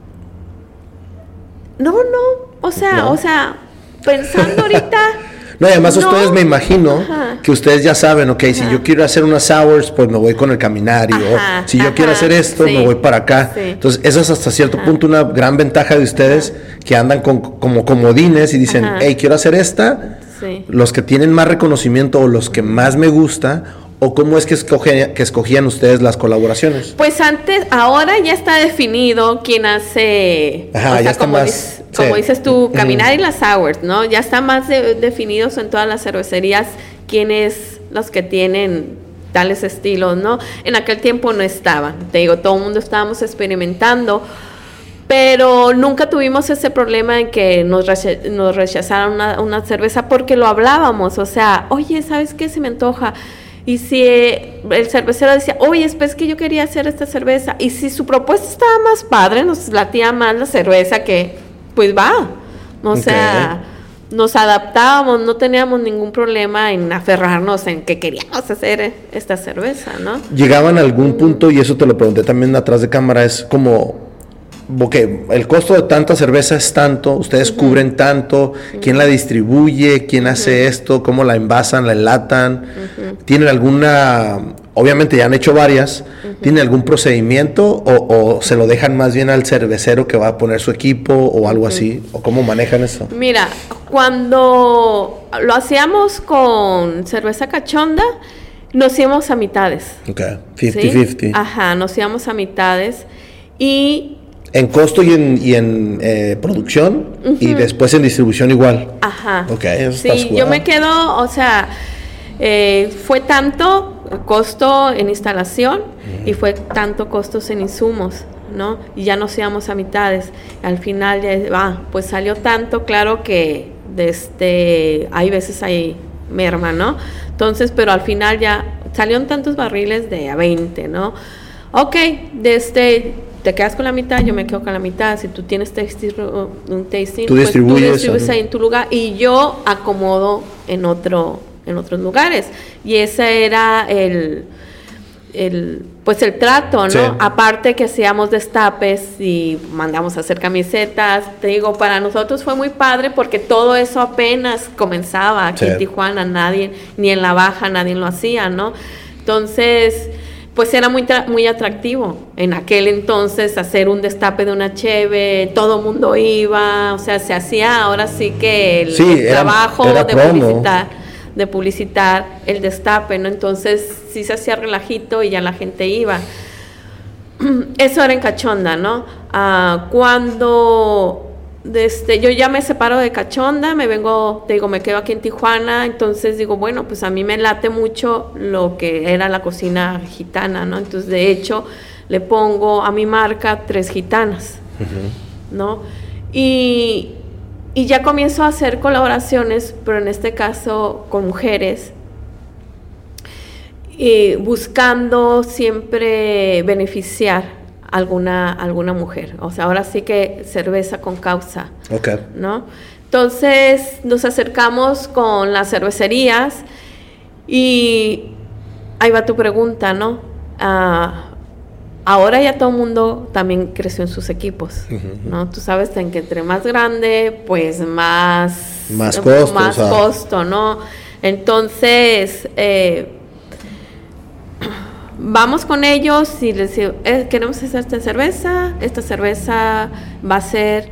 no, no, o sea, no. o sea, pensando ahorita. No, y además no. ustedes me imagino Ajá. que ustedes ya saben, ok, Ajá. si yo quiero hacer unas sours, pues me voy con el Caminario, Ajá. o si yo Ajá. quiero hacer esto, sí. me voy para acá. Sí. Entonces, esa es hasta cierto Ajá. punto una gran ventaja de ustedes, Ajá. que andan con, como comodines y dicen, Ajá. hey, quiero hacer esta, sí. los que tienen más reconocimiento o los que más me gusta, o cómo es que, escoge, que escogían ustedes las colaboraciones. Pues antes, ahora ya está definido quién hace, Ajá, o sea, ya está como, más, dices, como sí. dices tú, Caminar y las sours, ¿no? Ya está más de, definidos en todas las cervecerías quiénes los que tienen tales estilos, ¿no? En aquel tiempo no estaban, te digo, todo el mundo estábamos experimentando, pero nunca tuvimos ese problema en que nos, reche- nos rechazaron una, una cerveza porque lo hablábamos, o sea, oye, ¿sabes qué? Se me antoja. Y si eh, el cervecero decía, oye, es que yo quería hacer esta cerveza, y si su propuesta estaba más padre, nos latía más la cerveza, que pues va, o okay. sea, nos adaptábamos, no teníamos ningún problema en aferrarnos en que queríamos hacer esta cerveza, ¿no? Llegaban a algún punto, y eso te lo pregunté también atrás de cámara, es como... Ok, el costo de tanta cerveza es tanto, ustedes uh-huh. cubren tanto, uh-huh. quién la distribuye, quién uh-huh. hace esto, cómo la envasan, la enlatan, uh-huh. tienen alguna, obviamente ya han hecho varias, uh-huh. tienen algún procedimiento o, o se lo dejan más bien al cervecero que va a poner su equipo o algo uh-huh. así, o cómo manejan eso. Mira, cuando lo hacíamos con cerveza Cachonda, nos íbamos a mitades. Ok, cincuenta cincuenta. ¿Sí? Ajá, nos íbamos a mitades y... En costo y en, y en eh, producción uh-huh. y después en distribución igual. Ajá. Ok, eso sí, está yo me quedo, o sea, eh, fue tanto costo en instalación uh-huh. y fue tanto costos en insumos, ¿no? Y ya nos íbamos a mitades. Al final, ya, ah, pues salió tanto, claro que desde, hay veces hay merma, ¿no? Entonces, pero al final ya salieron tantos barriles de a veinte, ¿no? Ok, desde... te quedas con la mitad, yo me quedo con la mitad. Si tú tienes tasting, un tasting, tú pues distribuyes, tú distribuyes ahí en tu lugar y yo acomodo en otro, en otros lugares. Y ese era el, el pues el trato, ¿no? Sí. Aparte que hacíamos destapes y mandamos a hacer camisetas, te digo, para nosotros fue muy padre porque todo eso apenas comenzaba aquí sí. en Tijuana, nadie, ni en la Baja nadie lo hacía, ¿no? Entonces, pues era muy tra- muy atractivo en aquel entonces hacer un destape de una cheve, todo mundo iba, o sea, se hacía ahora sí que el, sí, el era, trabajo era de promo. publicitar de publicitar el destape, ¿no? Entonces sí se hacía relajito y ya la gente iba. Eso era en Cachonda, ¿no? Ah, cuando desde, yo ya me separo de Cachonda, me vengo, te digo, me quedo aquí en Tijuana, entonces digo, bueno, pues a mí me late mucho lo que era la cocina gitana, ¿no? Entonces, de hecho, le pongo a mi marca Tres Gitanas, uh-huh. ¿no? Y... Y ya comienzo a hacer colaboraciones, pero en este caso con mujeres, y buscando siempre beneficiar a alguna, alguna mujer. O sea, ahora sí que cerveza con causa, okay. ¿no? Entonces nos acercamos con las cervecerías y ahí va tu pregunta, ¿no? Ah, ahora ya todo el mundo también creció en sus equipos, uh-huh. ¿no? Tú sabes que entre más grande, pues más... Más costo. Más o sea. costo, ¿no? Entonces, eh, vamos con ellos y les digo, eh, queremos hacer esta cerveza, esta cerveza va a ser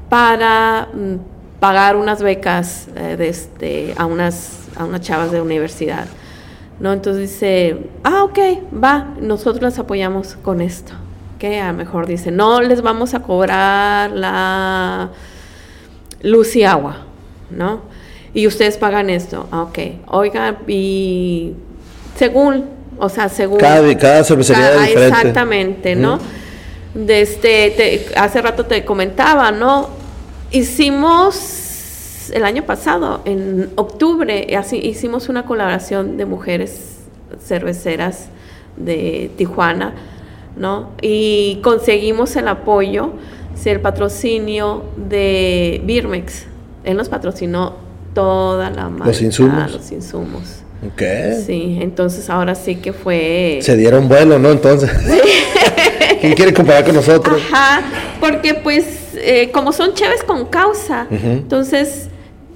para mm, pagar unas becas eh, de este, a, unas, a unas chavas de universidad. ¿No? Entonces dice, ah, ok, va, nosotros las apoyamos con esto. Que a lo mejor dice, no les vamos a cobrar la luz y agua, ¿no? Y ustedes pagan esto. Ah, ok, oiga, y según, o sea, según... Cada, cada cervecería cada, es diferente. Exactamente, ¿no? Mm. De este, te, hace rato te comentaba, ¿no? Hicimos... El año pasado, en octubre, así hicimos una colaboración de mujeres cerveceras de Tijuana, ¿no? Y conseguimos el apoyo, sí, el patrocinio de Birmex. Él nos patrocinó toda la marca, los insumos. Los insumos. Okay. Sí, entonces ahora sí que fue... Se dieron vuelo, ¿no? Entonces. Sí. ¿Quién quiere comparar con nosotros? Ajá, porque pues eh, como son cheves con causa, uh-huh. entonces...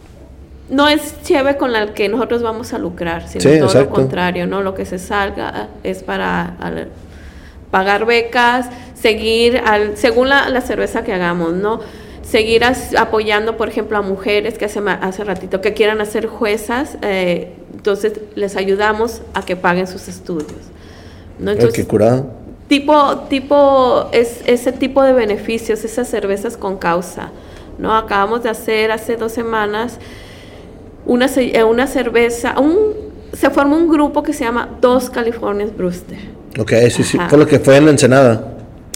No es cheve con la que nosotros vamos a lucrar, sino sí, todo exacto. lo contrario, ¿no? Lo que se salga es para al, pagar becas, seguir, al, según la, la cerveza que hagamos, ¿no? Seguir as, apoyando, por ejemplo, a mujeres que hace, hace ratito que quieran hacer juezas, eh, entonces les ayudamos a que paguen sus estudios, ¿no? Entonces, Ay, qué curado. Tipo, tipo, es, ese tipo de beneficios, esas cervezas con causa, ¿no? Acabamos de hacer hace dos semanas... Una, una cerveza, un, se formó un grupo que se llama Dos Californias Brewster. Ok, sí, sí, fue lo que fue en la Ensenada.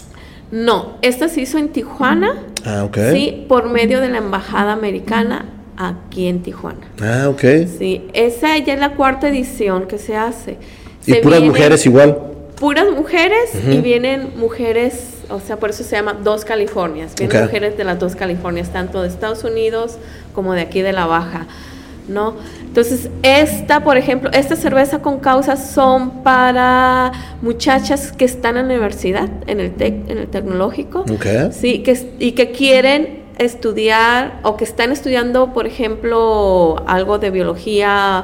No, esta se hizo en Tijuana, ah, ok. Sí, por medio de la Embajada Americana aquí en Tijuana. Ah, ok. Sí, esa ya es la cuarta edición que se hace. ¿Y se puras mujeres igual? Puras mujeres uh-huh. y vienen mujeres, o sea, por eso se llama Dos Californias. Vienen okay. mujeres de las dos Californias, tanto de Estados Unidos como de aquí de la Baja. ¿No? Entonces, esta, por ejemplo, esta cerveza con causa son para muchachas que están en la universidad, en el TEC, en el tecnológico, okay. sí, que, y que quieren estudiar o que están estudiando, por ejemplo, algo de biología,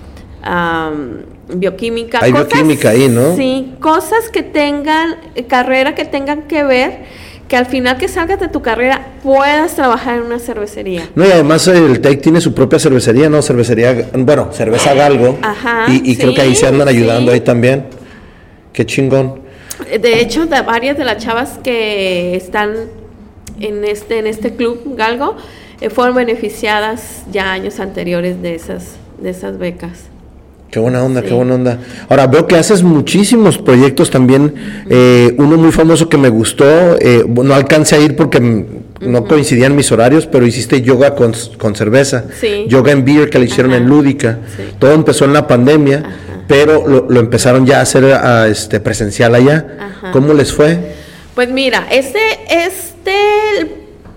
um, bioquímica. Hay cosas, bioquímica ahí, ¿no? Sí, cosas que tengan, carrera que tengan que ver, que al final que salgas de tu carrera puedas trabajar en una cervecería. No, y además el TEC tiene su propia cervecería, ¿no? Cervecería, bueno, cerveza Galgo. Ajá. Y, y sí, creo que ahí se andan ayudando sí. ahí también. Qué chingón. De hecho, de varias de las chavas que están en este, en este club Galgo, eh, fueron beneficiadas ya años anteriores de esas, de esas becas. Qué buena onda, sí. qué buena onda. Ahora, veo que haces muchísimos proyectos también. Eh, uno muy famoso que me gustó, eh, no alcancé a ir porque m- no uh-huh. coincidían mis horarios, pero hiciste yoga con, con cerveza. Sí. Yoga en beer que le hicieron Ajá. en Lúdica. Sí. Todo empezó en la pandemia, Ajá. pero lo, lo empezaron ya a hacer a, este, presencial allá. Ajá. ¿Cómo les fue? Pues mira, este, este, el,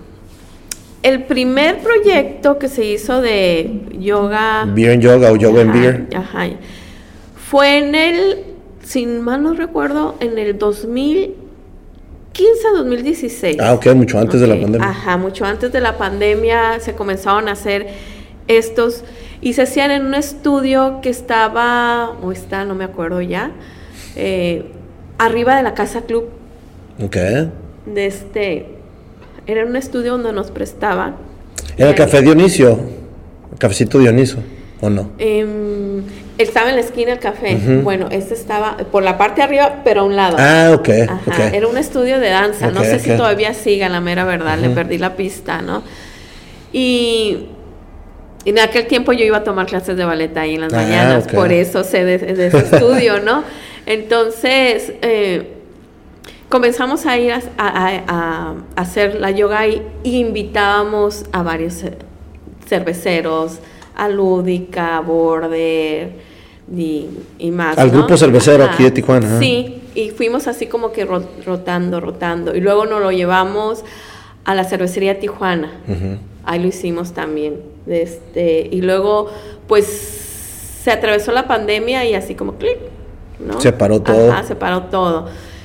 el primer proyecto que se hizo de yoga... Beer en yoga o yoga en beer. Ajá, fue en el si mal no recuerdo, en el dos mil quince a dos mil dieciséis. Ah, ok, mucho antes okay. de la pandemia. Ajá, mucho antes de la pandemia se comenzaron a hacer estos y se hacían en un estudio que estaba, o está, no me acuerdo ya, eh, arriba de la Casa Club. Ok. De este, era un estudio donde nos prestaban. ¿Era el Café Dionisio? ¿El Cafecito Dioniso? ¿O no? Eh, estaba en la esquina el café. Uh-huh. Bueno, este estaba por la parte de arriba, pero a un lado. Ah, ok. Ajá. Okay. Era un estudio de danza. Okay, no sé okay. si todavía siga, la mera verdad. Uh-huh. Le perdí la pista, ¿no? Y, y en aquel tiempo yo iba a tomar clases de ballet ahí en las ah, mañanas. Okay. Por eso sé de, de ese estudio, ¿no? Entonces, eh, comenzamos a ir a, a, a, a hacer la yoga y, y invitábamos a varios cerveceros, a Lúdica, Border y, y más. Al ¿no? grupo cervecero Ajá. aquí de Tijuana. Sí, y fuimos así como que rotando, rotando. Y luego nos lo llevamos a la cervecería Tijuana. Uh-huh. Ahí lo hicimos también. Este, y luego, pues, se atravesó la pandemia y así como clic, ¿no? Se paró todo. Ajá, se paró todo.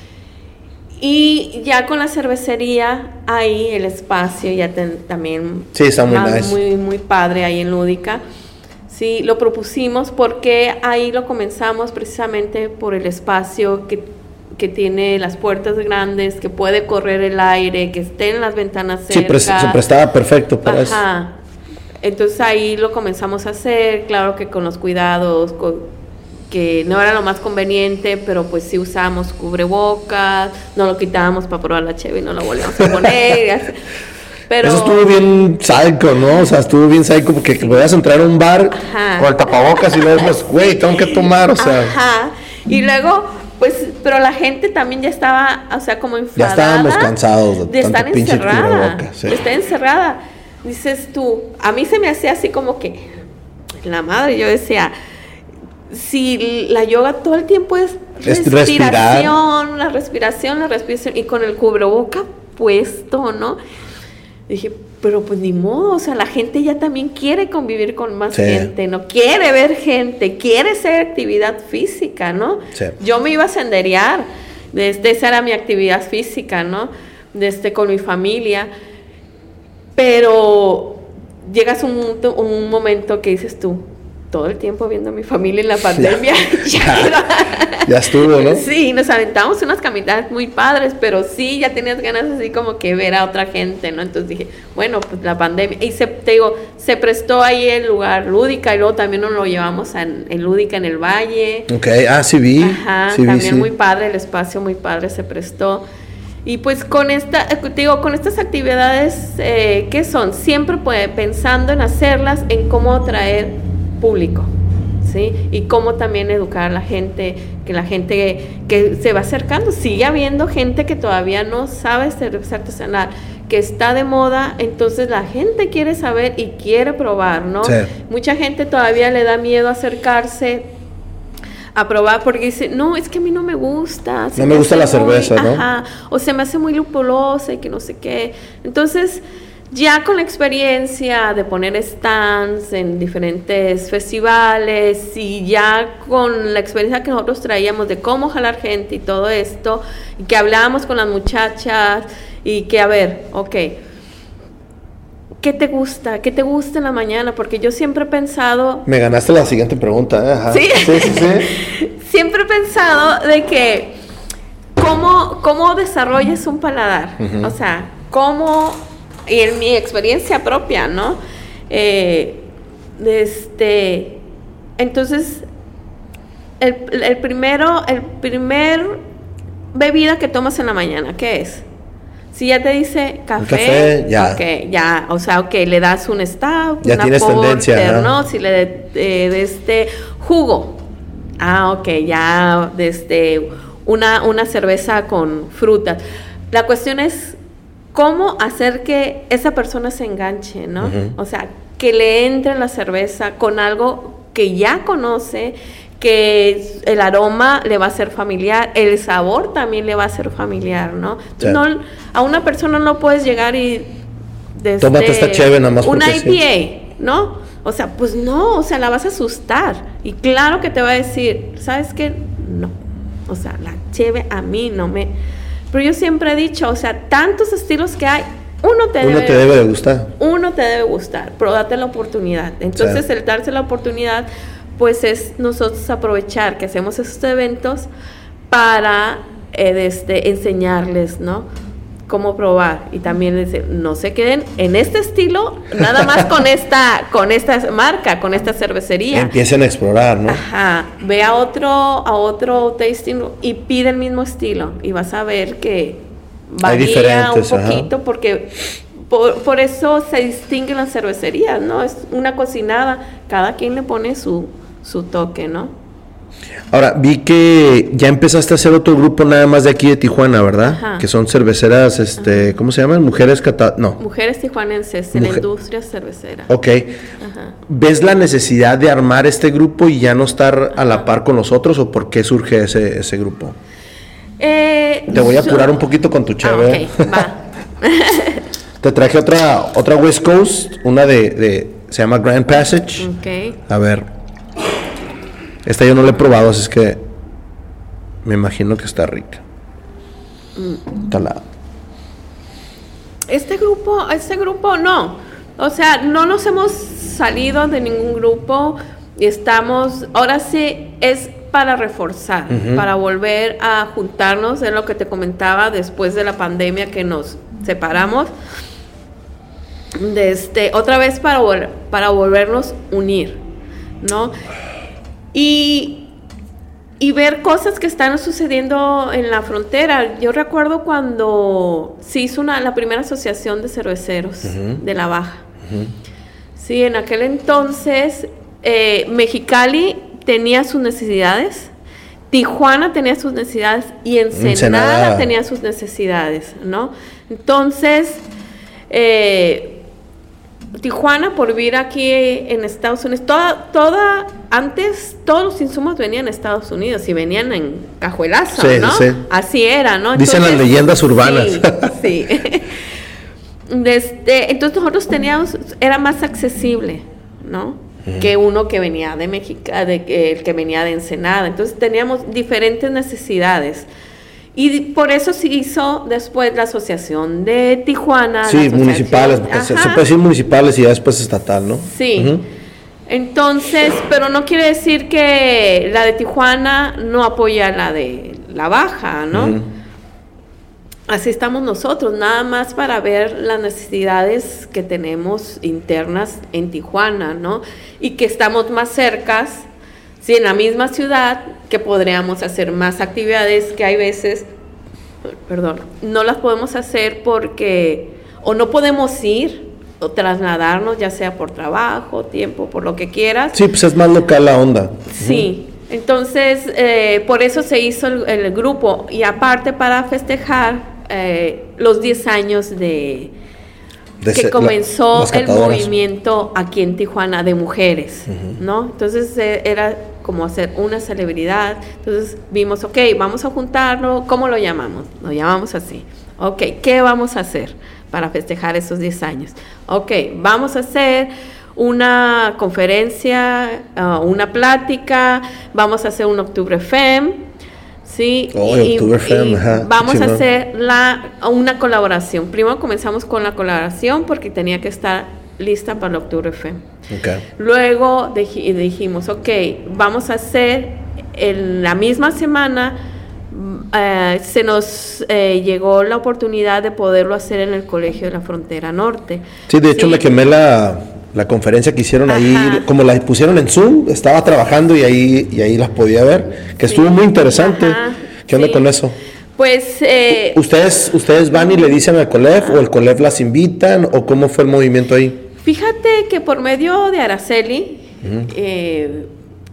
Y ya con la cervecería, ahí el espacio ya ten, también... Sí, está muy nice. Muy, muy padre ahí en Lúdica. Sí, lo propusimos porque ahí lo comenzamos precisamente por el espacio que, que tiene las puertas grandes, que puede correr el aire, que estén las ventanas cerca. Sí, pre- se prestaba perfecto para eso. Ajá. Entonces ahí lo comenzamos a hacer, claro que con los cuidados... Con, que no era lo más conveniente, pero pues sí usábamos cubrebocas, no lo quitábamos para probar la cheve y no lo volvíamos a poner. Pero... Eso estuvo bien psycho, ¿no? O sea, estuvo bien psycho porque sí. Podías entrar a un bar Ajá. con el tapabocas y luego pues, güey, tengo que tomar, o sea. Ajá. Y luego, pues, pero la gente también ya estaba, o sea, como enfadada. Ya estábamos cansados de, de tanto estar pinche encerrada. Sí. De estar encerrada. Dices tú, a mí se me hacía así como que, la madre, yo decía... Si la yoga todo el tiempo es respiración, Respirar. la respiración, la respiración, y con el cubreboca puesto, ¿no? Dije, pero pues ni modo, o sea, la gente ya también quiere convivir con más sí. gente, ¿no? Quiere ver gente, quiere hacer actividad física, ¿no? Sí. Yo me iba a senderear, desde esa era mi actividad física, ¿no? Desde con mi familia, pero llegas un, un momento que dices tú, todo el tiempo viendo a mi familia en la pandemia. Ya, ya, ya estuvo, ¿no? Sí, nos aventamos unas caminatas muy padres, pero sí, ya tenías ganas así como que ver a otra gente, ¿no? Entonces dije, bueno, pues la pandemia. Y se, te digo, se prestó ahí el lugar Lúdica y luego también nos lo llevamos en, en Lúdica en el Valle. Ok, ah, sí vi. Ajá, sí también vi, sí. muy padre, el espacio muy padre se prestó. Y pues con esta, te digo, con estas actividades, eh, ¿qué son? Siempre pues, pensando en hacerlas, en cómo atraer público, ¿sí? Y cómo también educar a la gente, que la gente que se va acercando, sigue habiendo gente que todavía no sabe cerveza artesanal, que está de moda, entonces la gente quiere saber y quiere probar, ¿no? Sí. Mucha gente todavía le da miedo acercarse a probar porque dice, no, es que a mí no me gusta. No me gusta la muy, cerveza, ¿no? Ajá, o se me hace muy lupulosa y que no sé qué. Entonces, ya con la experiencia de poner stands en diferentes festivales y ya con la experiencia que nosotros traíamos de cómo jalar gente y todo esto, y que hablábamos con las muchachas y que, a ver, ok, ¿qué te gusta? ¿Qué te gusta en la mañana? Porque yo siempre he pensado... Me ganaste la siguiente pregunta, ¿eh? Ajá. ¿Sí? Sí, sí, sí. Siempre he pensado de que cómo, cómo desarrollas un paladar, uh-huh. O sea, cómo... Y en mi experiencia propia, ¿no? Eh, este, entonces, el, el primero, el primer bebida que tomas en la mañana, ¿qué es? Si ya te dice café, café ya. Okay, ya, o sea, ok, le das un stout, ya una tienes porter, tendencia, ¿no? ¿no? Si le de, de, de este jugo, ah, ok, ya, de este, una, una cerveza con frutas. La cuestión es cómo hacer que esa persona se enganche, ¿no? Uh-huh. O sea, que le entre la cerveza con algo que ya conoce, que el aroma le va a ser familiar, el sabor también le va a ser familiar, ¿no? Sí. No, a una persona no puedes llegar y desde tómate esta chévere nada más una I P A, sí. ¿no? O sea, pues no, o sea, la vas a asustar y claro que te va a decir, ¿sabes qué? No. O sea, la cheve a mí no me... Pero yo siempre he dicho, o sea, tantos estilos que hay, uno te, uno debe, te debe de gustar. Uno te debe gustar, pero date la oportunidad. Entonces, sí. el darse la oportunidad, pues es nosotros aprovechar que hacemos esos eventos para eh, desde, enseñarles, ¿no? Cómo probar. Y también decir, no se queden en este estilo, nada más con esta, con esta marca, con esta cervecería. Empiecen a explorar, ¿no? Ajá. Ve a otro, a otro tasting y pide el mismo estilo. Y vas a ver que varía un poquito, ajá. porque por, por eso se distinguen las cervecerías, ¿no? Es una cocinada, cada quien le pone su, su toque, ¿no? Ahora, vi que ya empezaste a hacer otro grupo nada más de aquí de Tijuana, ¿verdad? Ajá. Que son cerveceras, este, ajá. ¿cómo se llaman? Mujeres cata... no. Mujeres tijuanenses en Mujer... la industria cervecera. Ok. Ajá. ¿Ves la necesidad de armar este grupo y ya no estar a la par con nosotros o por qué surge ese, ese grupo? Eh, Te voy a apurar yo... un poquito con tu cheve. Ah, ok, va. Te traje otra, otra West Coast, una de, de, se llama Grand Passage. Ok. A ver. Esta yo no la he probado, así es que me imagino que está rica. Mm. Está la... Este grupo, este grupo no. O sea, no nos hemos salido de ningún grupo y estamos, ahora sí es para reforzar, uh-huh. para volver a juntarnos, es lo que te comentaba después de la pandemia que nos separamos. De este, otra vez para, vol- para volvernos unir, ¿no? Y, y ver cosas que están sucediendo en la frontera. Yo recuerdo cuando se hizo una, la primera asociación de cerveceros uh-huh. de la Baja. Uh-huh. Sí, en aquel entonces eh, Mexicali tenía sus necesidades, Tijuana tenía sus necesidades y Ensenada, Ensenada. tenía sus necesidades, ¿no? Entonces, eh, Tijuana, por vivir aquí en Estados Unidos, toda, toda, antes todos los insumos venían a Estados Unidos y venían en cajuelazo, sí, ¿no? Sí. Así era, ¿no? Entonces, dicen las leyendas urbanas. Sí, sí. Desde, entonces nosotros teníamos, era más accesible, ¿no? Uh-huh. Que uno que venía de México, de, el que venía de Ensenada. Entonces teníamos diferentes necesidades. Y por eso se hizo después la asociación de Tijuana. Sí, municipales, se puede decir municipales y ya después estatal, ¿no? Sí. Uh-huh. Entonces, pero no quiere decir que la de Tijuana no apoya la de la Baja, ¿no? Uh-huh. Así estamos nosotros, nada más para ver las necesidades que tenemos internas en Tijuana, ¿no? Y que estamos más cercas, sí, en la misma ciudad, que podríamos hacer más actividades que hay veces, perdón, no las podemos hacer porque o no podemos ir o trasladarnos, ya sea por trabajo, tiempo, por lo que quieras. Sí, pues es más local la onda. Sí, uh-huh. Entonces eh, por eso se hizo el, el grupo y aparte para festejar eh, los diez años de... De que se, comenzó la, el movimiento aquí en Tijuana de mujeres, uh-huh. ¿no? Entonces eh, era como hacer una celebridad. Entonces vimos, ok, vamos a juntarnos, ¿cómo lo llamamos? Lo llamamos así. Ok, ¿qué vamos a hacer para festejar esos diez años? Ok, vamos a hacer una conferencia, uh, una plática, vamos a hacer un Octubre Fem. Sí, oh, y, y vamos sí, a no. hacer la, una colaboración. Primero comenzamos con la colaboración porque tenía que estar lista para el Octubre Fem. Okay. Luego dij, dijimos, ok, vamos a hacer en la misma semana, eh, se nos eh, llegó la oportunidad de poderlo hacer en el Colegio de la Frontera Norte. Sí, de hecho sí. me quemé la... La conferencia que hicieron Ajá. ahí, como la pusieron en Zoom, estaba trabajando y ahí y ahí las podía ver, que sí. estuvo muy interesante. Ajá. ¿Qué onda sí. con eso? Pues... Eh, ¿Ustedes ustedes van y le dicen al COLEF o el COLEF las invitan o cómo fue el movimiento ahí? Fíjate que por medio de Araceli, uh-huh. eh,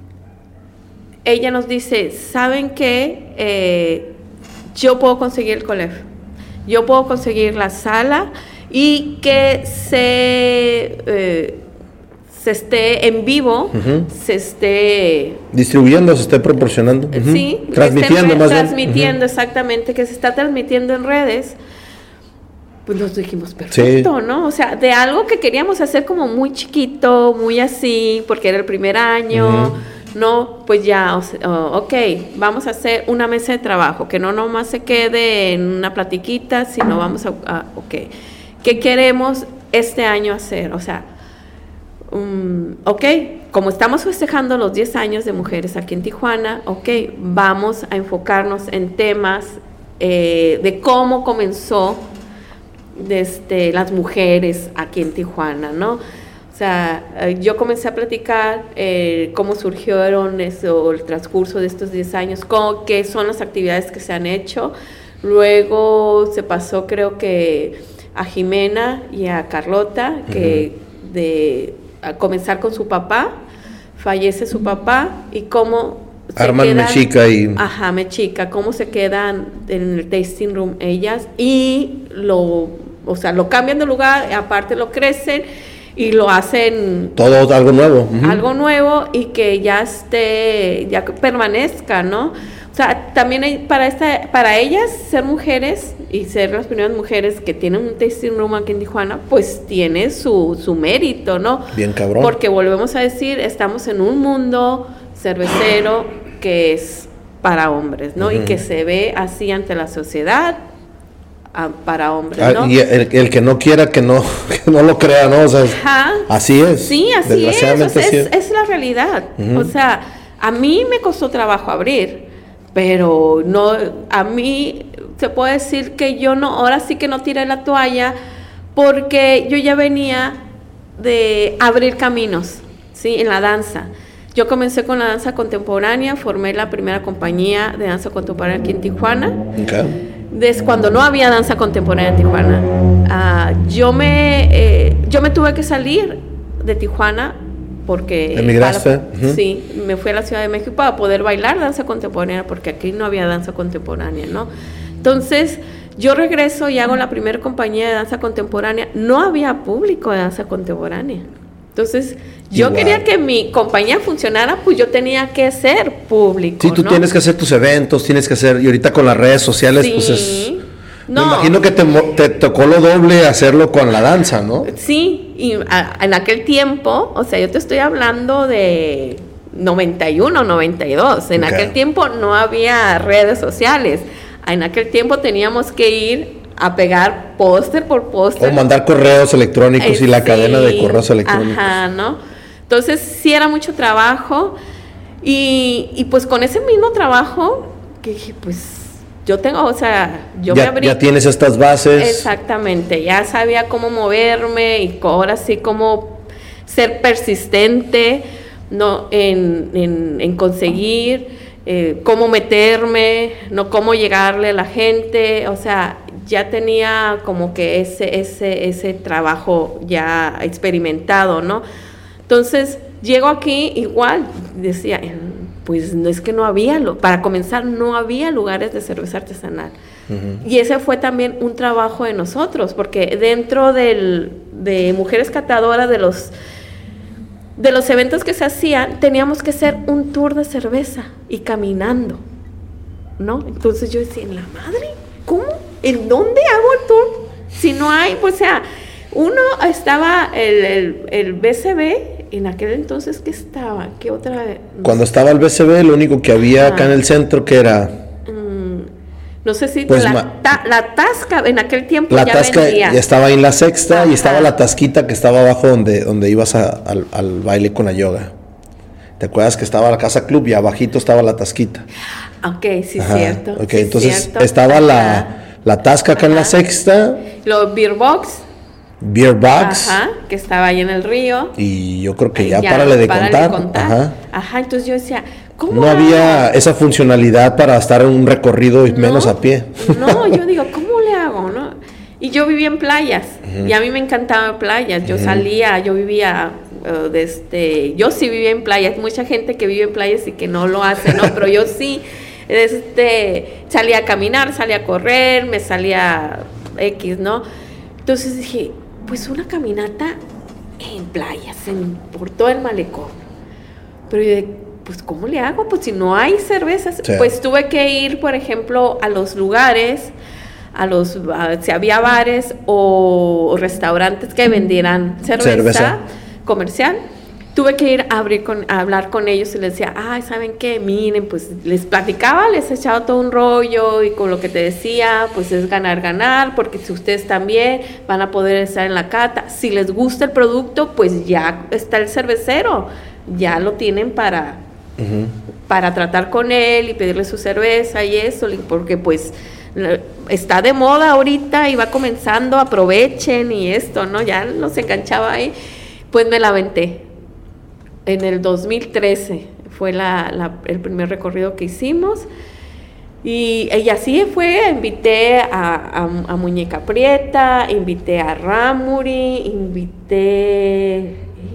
ella nos dice, ¿saben qué? Eh, yo puedo conseguir el COLEF, yo puedo conseguir la sala y que se, eh, se esté en vivo, uh-huh. se esté... distribuyendo, se esté proporcionando. Uh-huh. Sí. Transmitiendo más bien. Transmitiendo, uh-huh. exactamente, que se está transmitiendo en redes. Pues nos dijimos, perfecto, sí. ¿no? O sea, de algo que queríamos hacer como muy chiquito, muy así, porque era el primer año, uh-huh. No, pues ya, o sea, oh, ok, vamos a hacer una mesa de trabajo, que no nomás se quede en una platiquita, sino vamos a, a ok, ¿qué queremos este año hacer? O sea, um, ok, como estamos festejando los diez años de mujeres aquí en Tijuana, ok, vamos a enfocarnos en temas eh, de cómo comenzó desde las mujeres aquí en Tijuana, ¿no? O sea, yo comencé a platicar eh, cómo surgieron eso, el transcurso de estos diez años, cómo, qué son las actividades que se han hecho. Luego se pasó, creo que, a Jimena y a Carlota, que uh-huh. de a comenzar con su papá, fallece su papá, y cómo se arman quedan, Mexica y... Ajá, Mexica, cómo se quedan en el tasting room ellas, y lo, o sea, lo cambian de lugar, aparte lo crecen, y lo hacen todo algo nuevo uh-huh. algo nuevo y que ya esté ya permanezca, ¿no? O sea, también hay, para esta para ellas ser mujeres y ser las primeras mujeres que tienen un tasting room aquí en Tijuana, pues tiene su su mérito, ¿no? Bien cabrón. Porque volvemos a decir, estamos en un mundo cervecero que es para hombres, ¿no? Uh-huh. Y que se ve así ante la sociedad. A, para hombres, ¿no? Ah, y el, el que no quiera que no, que no lo crea, ¿no? O sea, Ajá. así es. Sí, así es. O sea, así es, es la realidad. Uh-huh. O sea, a mí me costó trabajo abrir, pero no, a mí se puede decir que yo no, ahora sí que no tiré la toalla, porque yo ya venía de abrir caminos, ¿sí? En la danza. Yo comencé con la danza contemporánea, formé la primera compañía de danza contemporánea aquí en Tijuana. Okay. Desde cuando no había danza contemporánea en Tijuana, uh, yo me eh, yo me tuve que salir de Tijuana porque emigraste. Para, uh-huh. Sí, me fui a la Ciudad de México para poder bailar danza contemporánea, porque aquí no había danza contemporánea, ¿no? Entonces yo regreso y hago la primera compañía de danza contemporánea. No había público de danza contemporánea. Entonces, yo Igual. quería que mi compañía funcionara, pues yo tenía que ser público. Sí, tú ¿no? tienes que hacer tus eventos, tienes que hacer, y ahorita con las redes sociales, sí. pues es... No. Me imagino que te, te tocó lo doble hacerlo con la danza, ¿no? Sí, y a, en aquel tiempo, o sea, yo te estoy hablando de noventa y uno, noventa y dos. En okay. aquel tiempo no había redes sociales. En aquel tiempo teníamos que ir a pegar póster por póster. O mandar correos electrónicos eh, y la sí, cadena de correos electrónicos. Ajá, ¿no? Entonces sí era mucho trabajo y, y pues con ese mismo trabajo que dije, pues yo tengo, o sea, yo ya, me abrí. Ya tienes estas bases. Exactamente, ya sabía cómo moverme y ahora sí cómo ser persistente, ¿no? En, en, en conseguir, eh, cómo meterme, no cómo llegarle a la gente, o sea, ya tenía como que ese, ese, ese trabajo ya experimentado, ¿no? Entonces, llego aquí igual, decía, pues no es que no había, lo, para comenzar, no había lugares de cerveza artesanal. Uh-huh. Y ese fue también un trabajo de nosotros, porque dentro del, de Mujeres Catadoras, de los, de los eventos que se hacían, teníamos que hacer un tour de cerveza y caminando, ¿no? Entonces yo decía, ¿en la madre? ¿Cómo? ¿En dónde hago el tour? Si no hay, pues, o sea, uno estaba el, el, el B C B, en aquel entonces, ¿qué estaba? ¿Qué otra? No Cuando sé. estaba el B C B, lo único que había ah. acá en el centro, que era... Mm, no sé si pues la, ma- ta, la Tasca, en aquel tiempo la ya tasca vendía. Ya estaba ahí en la Sexta. Ajá. Y estaba la Tasquita que estaba abajo donde, donde ibas a, al, al baile con la yoga. ¿Te acuerdas que estaba la Casa Club y abajito estaba la Tasquita? Ok, sí, Ajá. cierto. Ok, sí, entonces cierto. estaba la, la Tasca acá Ajá. en la Sexta. Los Beer Box. Beer Box. Ajá, que estaba ahí en el río. Y yo creo que ya, ya párale de párale contar. De contar. Ajá. Ajá, entonces yo decía, ¿cómo no había hago? Esa funcionalidad para estar en un recorrido y no, menos a pie. No, yo digo, ¿cómo le hago, no? Y yo vivía en playas, uh-huh. y a mí me encantaban playas. Yo uh-huh. salía, yo vivía, uh, desde, yo sí vivía en playas. Mucha gente que vive en playas y que no lo hace, ¿no? Pero yo sí, este, salía a caminar, salía a correr, me salía X, ¿no? Entonces dije, pues una caminata en playas, en, por todo el malecón. Pero yo dije, pues ¿cómo le hago? Pues si no hay cervezas. Sí. Pues tuve que ir, por ejemplo, a los lugares, a los, a, si había bares o, o restaurantes que vendieran cerveza, cerveza. comercial. tuve que ir a, abrir con, a hablar con ellos y les decía, ay, ¿saben qué? Miren, pues les platicaba, les echaba todo un rollo y con lo que te decía, pues es ganar, ganar, porque si ustedes también van a poder estar en la cata, si les gusta el producto, pues ya está el cervecero, ya lo tienen para, uh-huh. para tratar con él y pedirle su cerveza y eso, porque pues está de moda ahorita y va comenzando, aprovechen y esto, ¿no? Ya los enganchaba ahí, pues me la aventé. En el dos mil trece fue la, la, el primer recorrido que hicimos y, y así fue, invité a, a, a Muñeca Prieta, invité a Ramuri, invité...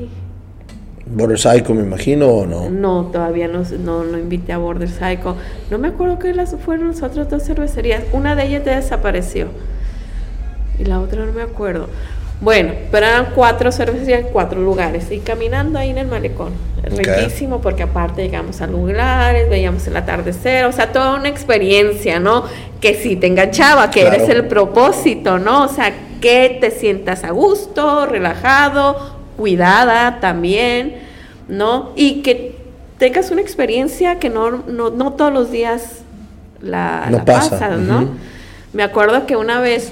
Border Psycho, me imagino, ¿o no? No, todavía no, no, no invité a Border Psycho. No me acuerdo que las fueron las otras dos cervecerías, una de ellas ya desapareció y la otra no me acuerdo. Bueno, pero eran cuatro cervecerías en cuatro lugares y caminando ahí en el malecón, okay. Riquísimo porque aparte llegamos a lugares, veíamos el atardecer, o sea, toda una experiencia, ¿no? Que sí te enganchaba, que claro. Eres el propósito, ¿no? O sea, que te sientas a gusto, relajado, cuidada también, ¿no? Y que tengas una experiencia que no, no, no todos los días la, no la pasa. pasas, ¿no? Uh-huh. Me acuerdo que una vez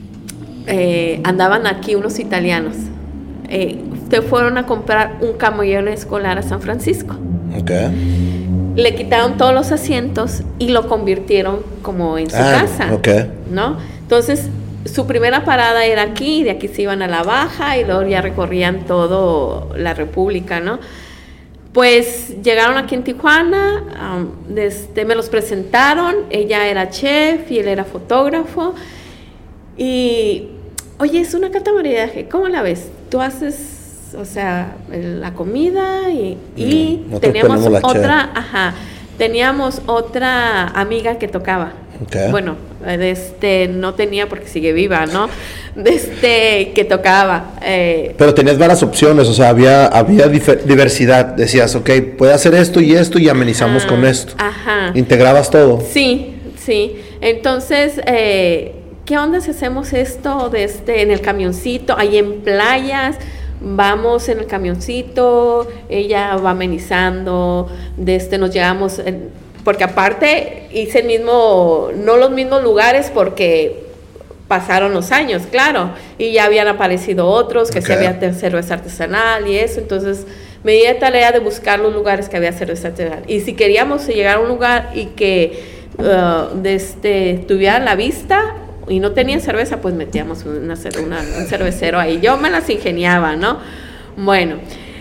Eh, andaban aquí unos italianos, eh, te fueron a comprar un camellón escolar a San Francisco. Okay. Le quitaron todos los asientos y lo convirtieron como en su ah, casa, okay. ¿no? Entonces su primera parada era aquí, de aquí se iban a la Baja y luego ya recorrían todo la República, ¿no? Pues llegaron aquí en Tijuana, um, desde, me los presentaron, ella era chef y él era fotógrafo. Y, oye, es una cata maridaje, ¿cómo la ves? Tú haces, o sea, la comida y, y mm, teníamos otra, ajá, teníamos otra amiga que tocaba. Okay. Bueno, este, no tenía porque sigue viva, ¿no? Este, que tocaba. Eh, Pero tenías varias opciones, o sea, había, había difer- diversidad. Decías, ok, puede hacer esto y esto y amenizamos ajá, con esto. Ajá. ¿Integrabas todo? Sí, sí. Entonces, eh... ¿qué onda si hacemos esto de este, en el camioncito, ahí en playas? Vamos en el camioncito, ella va amenizando, de este nos llevamos, en, porque aparte hice el mismo, no los mismos lugares porque pasaron los años, claro, y ya habían aparecido otros, que okay. se había cerveza artesanal y eso, entonces me di la tarea de buscar los lugares que había cerveza artesanal. Y si queríamos llegar a un lugar y que uh, de este, tuviera la vista, y no tenían cerveza, pues metíamos una, una, un cervecero ahí. Yo me las ingeniaba, ¿no? Bueno,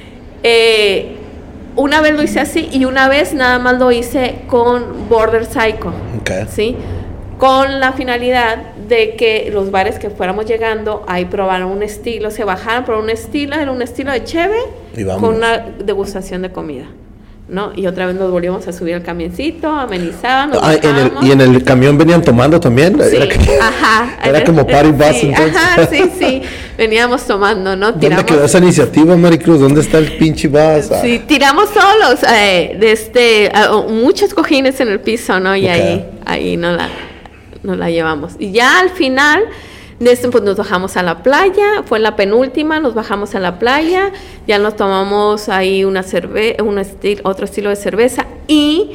eh, una vez lo hice así y una vez nada más lo hice con Border Psycho, okay. ¿sí? Con la finalidad de que los bares que fuéramos llegando, ahí probaron un estilo, se bajaron por un estilo, era un estilo de cheve con una degustación de comida, ¿no? Y otra vez nos volvíamos a subir al camioncito, amenizaban, ah, en el, ¿y en el camión venían tomando también? Sí, era que, ajá. Era como party bus, sí, entonces. Ajá, sí, sí, veníamos tomando, ¿no? Tiramos, ¿dónde quedó esa iniciativa, Maricruz? ¿Dónde está el pinche bus? Sí, tiramos solos, eh, de este, uh, muchos cojines en el piso, ¿no? Y okay. ahí, ahí nos la, nos la llevamos. Y ya al final... de este, pues nos bajamos a la playa, fue la penúltima, nos bajamos a la playa, ya nos tomamos ahí una cerve un estil otro estilo de cerveza y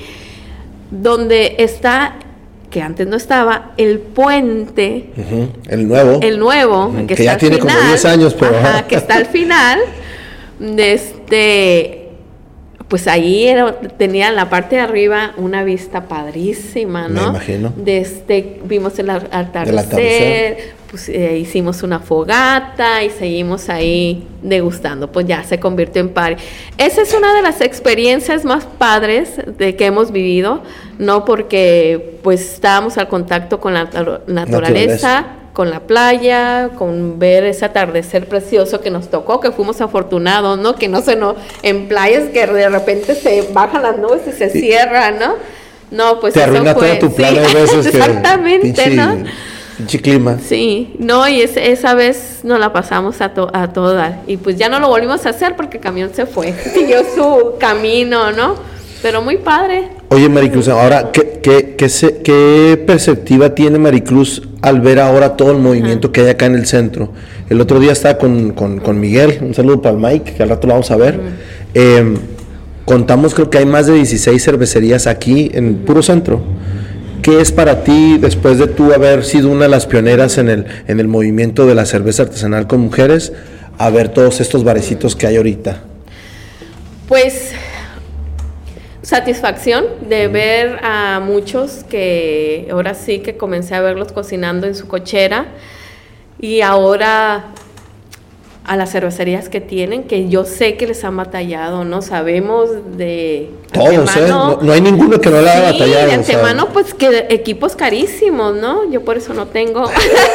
donde está, que antes no estaba, el puente. Uh-huh. El nuevo. El nuevo, uh-huh. que, que está ya tiene final, como diez años, pero... Ajá, que está al final, de este... Pues ahí era, tenía en la parte de arriba una vista padrísima, ¿no? Me imagino. Desde, vimos el atardecer, el atardecer. Pues eh, hicimos una fogata y seguimos ahí degustando, pues ya se convirtió en party. Esa es una de las experiencias más padres de que hemos vivido, ¿no? Porque pues estábamos al contacto con la naturaleza, naturaleza. con la playa, con ver ese atardecer precioso que nos tocó, que fuimos afortunados, ¿no? Que no se nos, en playas que de repente se bajan las nubes y se cierran, ¿no? No, pues te eso arruina fue, toda tu playa sí, de veces. Exactamente, que, pinche, ¿no? Pinche clima. Sí, no, y es, esa vez nos la pasamos a, to, a todo dar. Y pues ya no lo volvimos a hacer porque el camión se fue, siguió su camino, ¿no? Pero muy padre. Oye, Maricruz, ahora, ¿qué, qué, qué, se, qué perspectiva tiene Maricruz al ver ahora todo el movimiento uh-huh. que hay acá en el centro? El otro día estaba con, con, con Miguel, un saludo para el Mike, que al rato lo vamos a ver. Uh-huh. Eh, contamos, creo que hay más de dieciséis cervecerías aquí en puro centro. ¿Qué es para ti, después de tú haber sido una de las pioneras en el, en el movimiento de la cerveza artesanal con mujeres, a ver todos estos barecitos que hay ahorita? Pues satisfacción de ver a muchos que ahora sí que comencé a verlos cocinando en su cochera, y ahora a las cervecerías que tienen, que yo sé que les han batallado, ¿no? Sabemos de todos, ¿eh? No, no hay ninguno que no le haya sí, batallado. de antemano, o sea. Pues que equipos carísimos, ¿no? Yo por eso no tengo.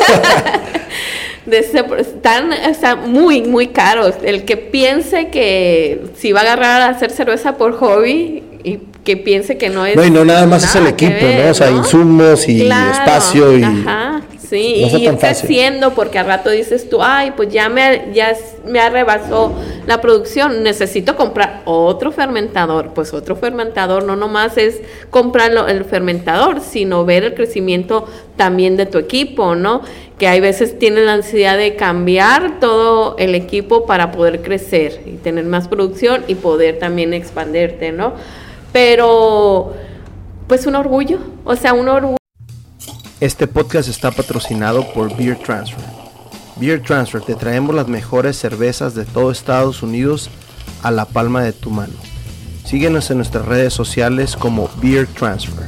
de ese, están, están muy, muy caros. El que piense que si va a agarrar a hacer cerveza por hobby, y que piense que no es... No, y no nada más nada es el equipo, ver, ¿no? O sea, ¿no? Insumos y claro, espacio y... Ajá. Sí, no y ir creciendo, porque al rato dices tú, ay, pues ya me, ya me arrebasó la producción, necesito comprar otro fermentador. Pues otro fermentador no nomás es comprar el fermentador, sino ver el crecimiento también de tu equipo, ¿no? Que hay veces tienes la necesidad de cambiar todo el equipo para poder crecer y tener más producción y poder también expandirte, ¿no? Pero, pues un orgullo, o sea, un orgullo. Este podcast está patrocinado por Beer Transfer. Beer Transfer, te traemos las mejores cervezas de todo Estados Unidos a la palma de tu mano. Síguenos en nuestras redes sociales como Beer Transfer.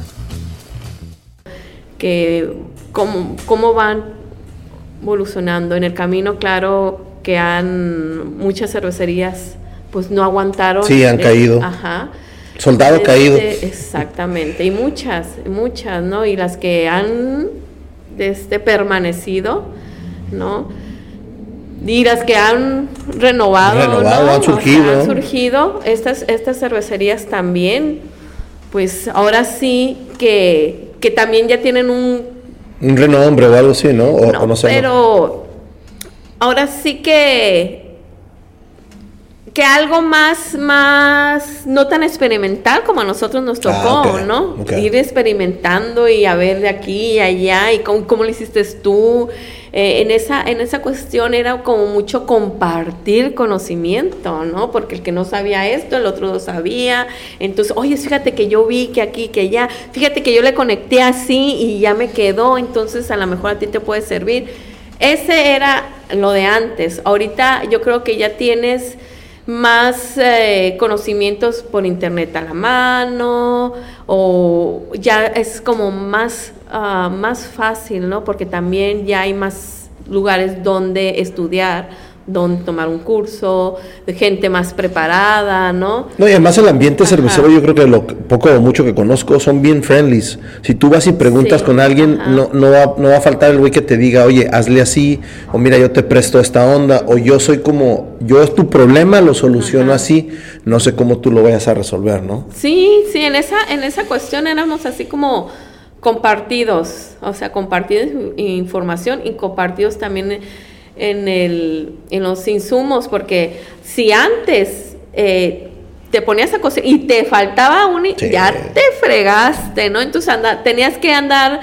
Que cómo, cómo van evolucionando en el camino, claro que han muchas cervecerías pues no aguantaron. Sí, han eh, caído. Ajá. Soldado este, caído. Exactamente, y muchas, muchas, ¿no? Y las que han este, permanecido, ¿no? Y las que han renovado, renovado ¿no? han surgido. O sea, han surgido, estas, estas cervecerías también, pues ahora sí que, que también ya tienen un... Un renombre o algo así, ¿no? O no, o no sé. Pero ahora sí que... que algo más, más, no tan experimental como a nosotros nos tocó, ah, okay, ¿no? Okay. Ir experimentando y a ver de aquí y allá y cómo, cómo lo hiciste tú. Eh, en esa, en esa cuestión era como mucho compartir conocimiento, ¿no? Porque el que no sabía esto, el otro lo sabía. Entonces, oye, fíjate que yo vi que aquí, que allá, fíjate que yo le conecté así y ya me quedó, entonces a lo mejor a ti te puede servir. Ese era lo de antes. Ahorita yo creo que ya tienes más eh, conocimientos por internet a la mano, o ya es como más, uh, más fácil, ¿no? Porque también ya hay más lugares donde estudiar, donde tomar un curso, de gente más preparada, ¿no? No, y además el ambiente cervecero, yo creo que lo poco o mucho que conozco son bien friendlies. Si tú vas y preguntas sí, con alguien, no, no, va, no va a faltar el güey que te diga, oye, hazle así, o mira, yo te presto esta onda, o yo soy como, yo es tu problema, lo soluciono ajá. así, no sé cómo tú lo vayas a resolver, ¿no? Sí, sí, en esa, en esa cuestión éramos así como compartidos, o sea, compartidos información y compartidos también en el en los insumos, porque si antes eh, te ponías a cocinar y te faltaba un sí. ya te fregaste, ¿no? Entonces anda, tenías que andar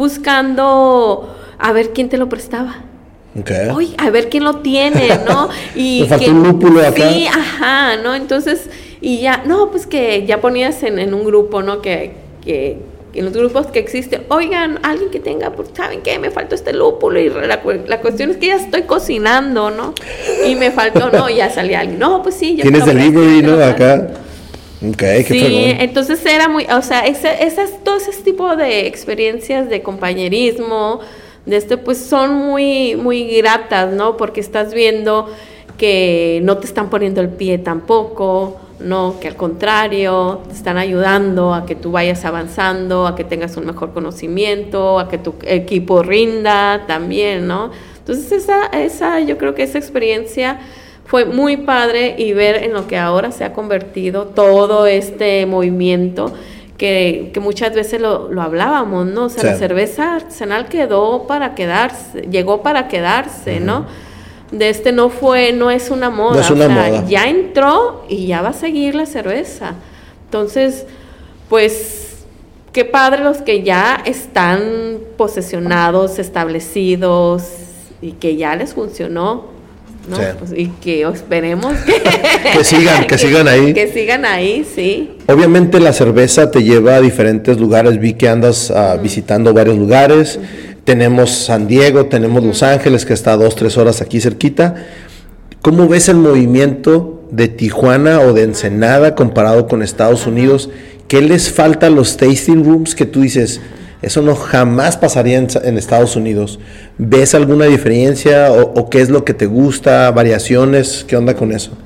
buscando a ver quién te lo prestaba. Okay. Uy, a ver quién lo tiene, ¿no? Y me faltó un lúpulo acá. Sí, ajá, ¿no? Entonces, y ya, no, pues que ya ponías en, en un grupo, ¿no? Que, que en los grupos que existen, oigan, alguien que tenga, pues, ¿saben qué? Me faltó este lúpulo y la, la cuestión es que ya estoy cocinando, ¿no? Y me faltó, no, ya salía alguien, no, pues sí. Ya tienes delivery, ¿no? Acá. Ok, qué sí, fregón. Entonces era muy, o sea, ese, esas, todo ese tipo de experiencias de compañerismo, de este, pues son muy, muy gratas, ¿no? Porque estás viendo que no te están poniendo el pie tampoco, no, que al contrario, te están ayudando a que tú vayas avanzando, a que tengas un mejor conocimiento, a que tu equipo rinda también, ¿no? Entonces esa, esa, yo creo que esa experiencia fue muy padre, y ver en lo que ahora se ha convertido todo este movimiento, que, que muchas veces lo, lo hablábamos, ¿no? O sea, sí. La cerveza artesanal quedó para quedarse, llegó para quedarse, uh-huh. ¿no? De este no fue, no es una moda, no es una o sea, moda. Ya entró y ya va a seguir la cerveza. Entonces, pues, qué padre los que ya están posesionados, establecidos, y que ya les funcionó. ¿no? Sí. Pues, y que esperemos que, que sigan, que, que sigan ahí. Que sigan ahí, sí. Obviamente la cerveza te lleva a diferentes lugares, vi que andas uh, uh-huh. visitando varios lugares, uh-huh. tenemos San Diego, tenemos uh-huh. Los Ángeles, que está a dos, tres horas aquí cerquita. ¿Cómo ves el movimiento de Tijuana o de Ensenada comparado con Estados uh-huh. Unidos? ¿Qué les falta a los tasting rooms que tú dices, eso no jamás pasaría en, en Estados Unidos? ¿Ves alguna diferencia o, o qué es lo que te gusta, variaciones? ¿Qué onda con eso?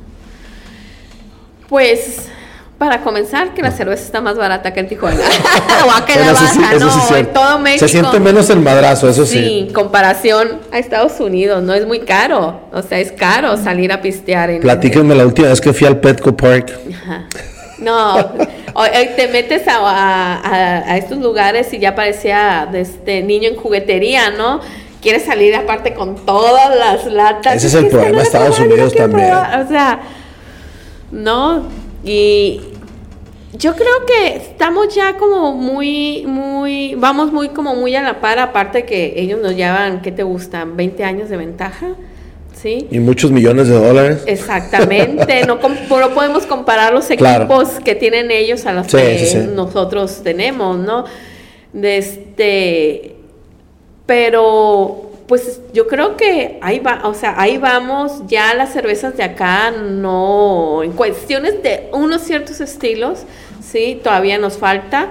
Pues, para comenzar, que la cerveza está más barata que en Tijuana. O a que la bueno, baja, sí, ¿no? Sí en todo México. Se siente menos el madrazo, eso sí. Sí, en comparación a Estados Unidos, no es muy caro. O sea, es caro salir a pistear. En Platíquenme en... la última vez que fui al Petco Park. Ajá. No, o, te metes a, a, a estos lugares y ya parecía de este niño en juguetería, ¿no? Quieres salir aparte con todas las latas. Ese es el problema de Estados Unidos también. Probar. O sea, no, y yo creo que estamos ya como muy, muy, vamos muy como muy a la par, aparte que ellos nos llevan, ¿qué te gustan? veinte años de ventaja. ¿Sí? Y muchos millones de dólares. Exactamente, no, no podemos comparar los equipos claro. que tienen ellos a los sí, que sí, sí. nosotros tenemos, ¿no? De este, pero pues yo creo que ahí va, o sea, ahí vamos, ya las cervezas de acá no, en cuestiones de unos ciertos estilos, sí, todavía nos falta,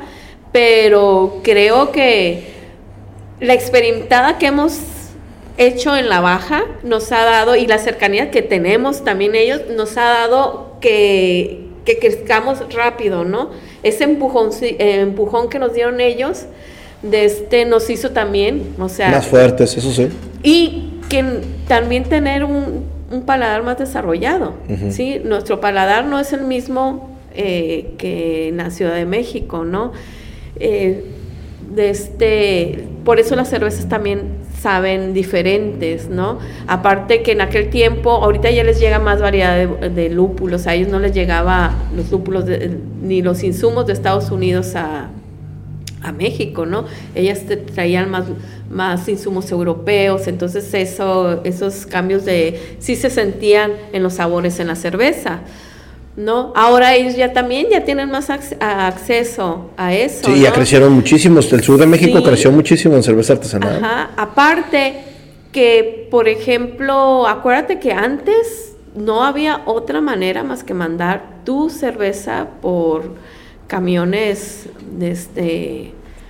pero creo que la experimentada que hemos hecho en la baja nos ha dado, y la cercanía que tenemos también ellos, nos ha dado que, que crezcamos rápido, ¿no? Ese empujón, empujón que nos dieron ellos, de este, nos hizo también, o sea... Más fuertes, eso sí. Y que también tener un, un paladar más desarrollado, uh-huh. ¿sí? Nuestro paladar no es el mismo eh, que en la Ciudad de México, ¿no? Eh, de este, por eso las cervezas también saben diferentes, ¿no? Aparte que en aquel tiempo, ahorita ya les llega más variedad de, de lúpulos, a ellos no les llegaba los lúpulos de, ni los insumos de Estados Unidos a, a México, ¿no? Ellas te traían más, más insumos europeos, entonces eso, esos cambios de, sí se sentían en los sabores en la cerveza, ¿no? Ahora ellos ya también ya tienen más ac- acceso a eso. Sí, ¿no? ya crecieron muchísimo. El sur de México sí. creció muchísimo en cerveza artesanal. Ajá. Aparte que, por ejemplo, acuérdate que antes no había otra manera más que mandar tu cerveza por camiones de este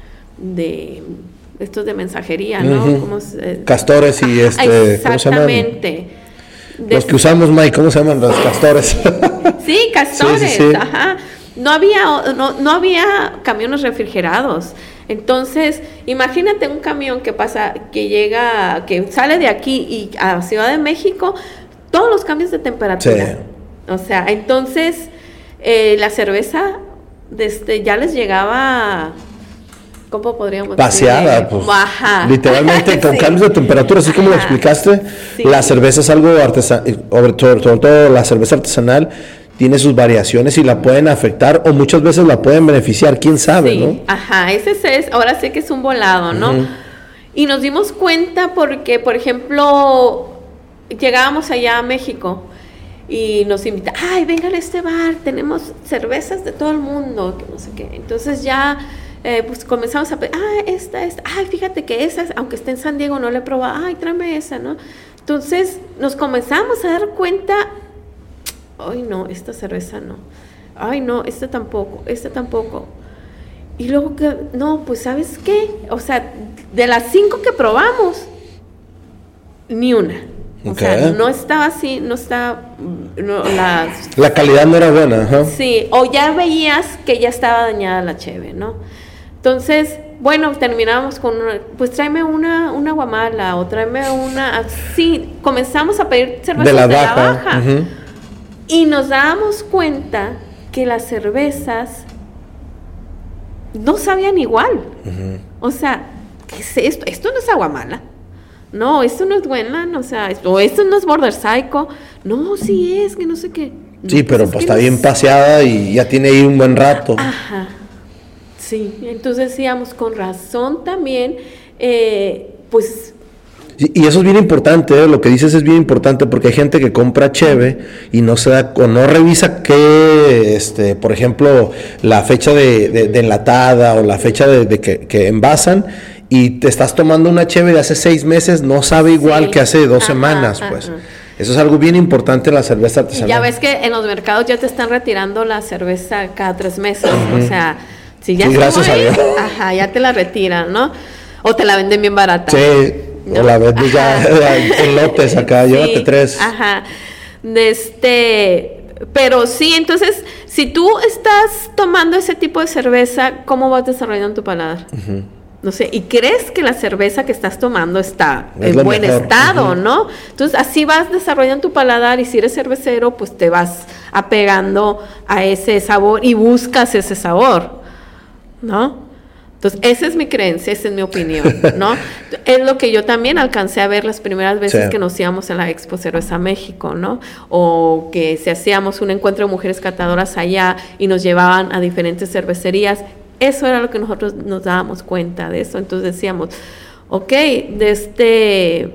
de estos de mensajería, ¿no? Uh-huh. ¿Cómo se, Castores y este, exactamente. ¿cómo se llaman? Los que usamos, Mike, ¿cómo se llaman los castores? Sí, castores, sí, sí, sí. Ajá. No había, no, no había camiones refrigerados. Entonces, imagínate un camión que pasa, que llega, que sale de aquí y a Ciudad de México, todos los cambios de temperatura. Sí. O sea, entonces eh, la cerveza desde ya les llegaba, ¿cómo podríamos paseada, decir? Pues, Baja. Literalmente con sí. cambios de temperatura, así como lo explicaste. Sí. La cerveza es algo artesanal, sobre todo la cerveza artesanal tiene sus variaciones y la pueden afectar o muchas veces la pueden beneficiar, quién sabe, sí. ¿no? Ajá, ese es, ahora sí que es un volado, ¿no? Uh-huh. Y nos dimos cuenta porque, por ejemplo, llegábamos allá a México y nos invitaban, ay, vengan a este bar, tenemos cervezas de todo el mundo, que no sé qué. Entonces ya... Eh, pues comenzamos a pedir, ah, esta, esta, ay, fíjate que esa, aunque esté en San Diego, no la he probado, ay, tráeme esa, ¿no? Entonces, nos comenzamos a dar cuenta, ay, no, esta cerveza no, ay, no, esta tampoco, esta tampoco. Y luego que, no, pues, ¿sabes qué? O sea, de las cinco que probamos, ni una. O okay. sea, no estaba así, no estaba... No, la, la calidad no era buena, ajá. Sí, o ya veías que ya estaba dañada la cheve, ¿no? Entonces, bueno, terminamos con, una, pues tráeme una, una guamala, o tráeme una... Así, comenzamos a pedir cervezas de la de baja. La baja uh-huh. Y nos dábamos cuenta que las cervezas no sabían igual. Uh-huh. O sea, ¿qué es esto? Esto no es aguamala. No, esto no es Gwenland, o sea, esto, o esto no es Border Psycho. No, sí es, que no sé qué. No, sí, pero pues, pues está bien paseada y ya tiene ahí un buen rato. Ajá. Sí, entonces decíamos, con razón también, eh, pues... Y Y, y eso es bien importante, ¿eh? Lo que dices es bien importante porque hay gente que compra cheve y no se da, o no revisa qué, este, por ejemplo, la fecha de, de, de enlatada o la fecha de, de que, que envasan, y te estás tomando una cheve de hace seis meses, no sabe igual sí. que hace dos ajá, semanas, pues. Ajá. Eso es algo bien importante en la cerveza artesanal. Ya ves que en los mercados ya te están retirando la cerveza cada tres meses, uh-huh. o sea, si ya sí, gracias a Dios. Ajá, ya te la retiran, ¿no? O te la venden bien barata. Sí, ¿no? O la venden ya en lotes acá, sí, llévate tres. Ajá, de este, pero sí, entonces, si tú estás tomando ese tipo de cerveza, ¿cómo vas desarrollando tu paladar? Uh-huh. No sé, y crees que la cerveza que estás tomando está es en buen mejor. estado, uh-huh. ¿no? Entonces, así vas desarrollando tu paladar, y si eres cervecero, pues te vas apegando a ese sabor y buscas ese sabor, ¿no? Entonces, esa es mi creencia, esa es mi opinión, ¿no? Es lo que yo también alcancé a ver las primeras veces sí. que nos íbamos a la Expo Cerveza México, ¿no? O que si hacíamos un encuentro de mujeres catadoras allá y nos llevaban a diferentes cervecerías. Eso era lo que nosotros nos dábamos cuenta de eso. Entonces decíamos, ok, de este,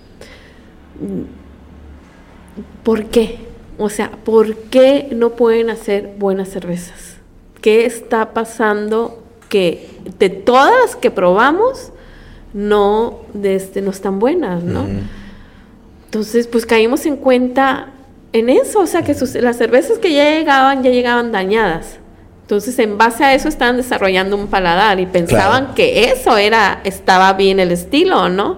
¿por qué? O sea, ¿por qué no pueden hacer buenas cervezas? ¿Qué está pasando que de todas las que probamos no, de este, no están buenas, ¿no? Uh-huh. Entonces, pues caímos en cuenta en eso, o sea, que sus, las cervezas que ya llegaban, ya llegaban dañadas. Entonces, en base a eso estaban desarrollando un paladar y pensaban claro. que eso era, estaba bien el estilo, ¿no?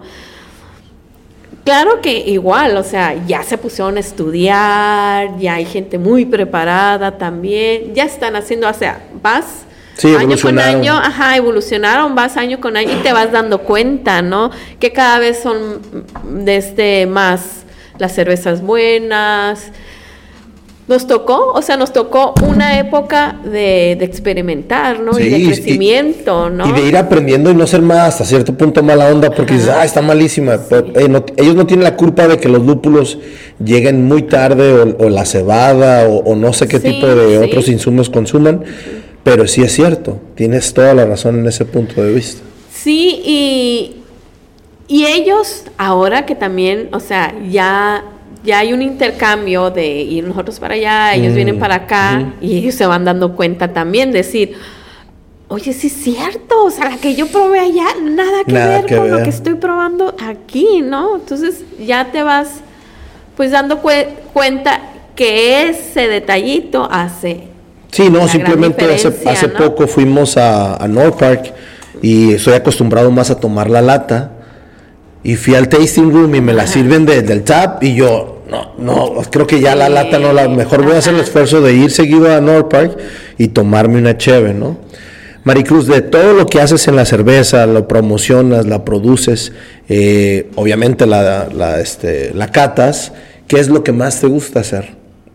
Claro que igual, o sea, ya se pusieron a estudiar, ya hay gente muy preparada también, ya están haciendo, o sea, vas sí, año con año, ajá, evolucionaron, vas año con año y te vas dando cuenta, ¿no? Que cada vez son de este más las cervezas buenas. Nos tocó, o sea, nos tocó una época de, de experimentar, ¿no? Sí, y de crecimiento, y, ¿no? Y de ir aprendiendo y no ser más, hasta cierto punto, mala onda, porque dices, ah, está malísima. Sí. Pero, eh, no, ellos no tienen la culpa de que los lúpulos lleguen muy tarde, o, o la cebada, o, o no sé qué sí, tipo de sí. otros insumos consuman, sí. pero sí es cierto, tienes toda la razón en ese punto de vista. Sí, y, y ellos, ahora que también, o sea, ya... ya hay un intercambio de ir nosotros para allá, ellos mm, vienen para acá, mm. y ellos se van dando cuenta también, decir, oye, sí es cierto, o sea, la que yo probé allá, nada que nada ver que con ver. Lo que estoy probando aquí, ¿no? Entonces, ya te vas, pues, dando cu- cuenta que ese detallito hace Sí, no, simplemente hace, hace ¿no? poco fuimos a, a North Park, y estoy acostumbrado más a tomar la lata, y fui al tasting room y me la Ajá. sirven de, del tap, y yo... No, no, creo que ya sí. la lata no la... Mejor voy Ajá. a hacer el esfuerzo de ir seguido a North Park y tomarme una cheve, ¿no? Maricruz, de todo lo que haces en la cerveza, lo promocionas, la produces, eh, obviamente la, la, este, la catas, ¿qué es lo que más te gusta hacer?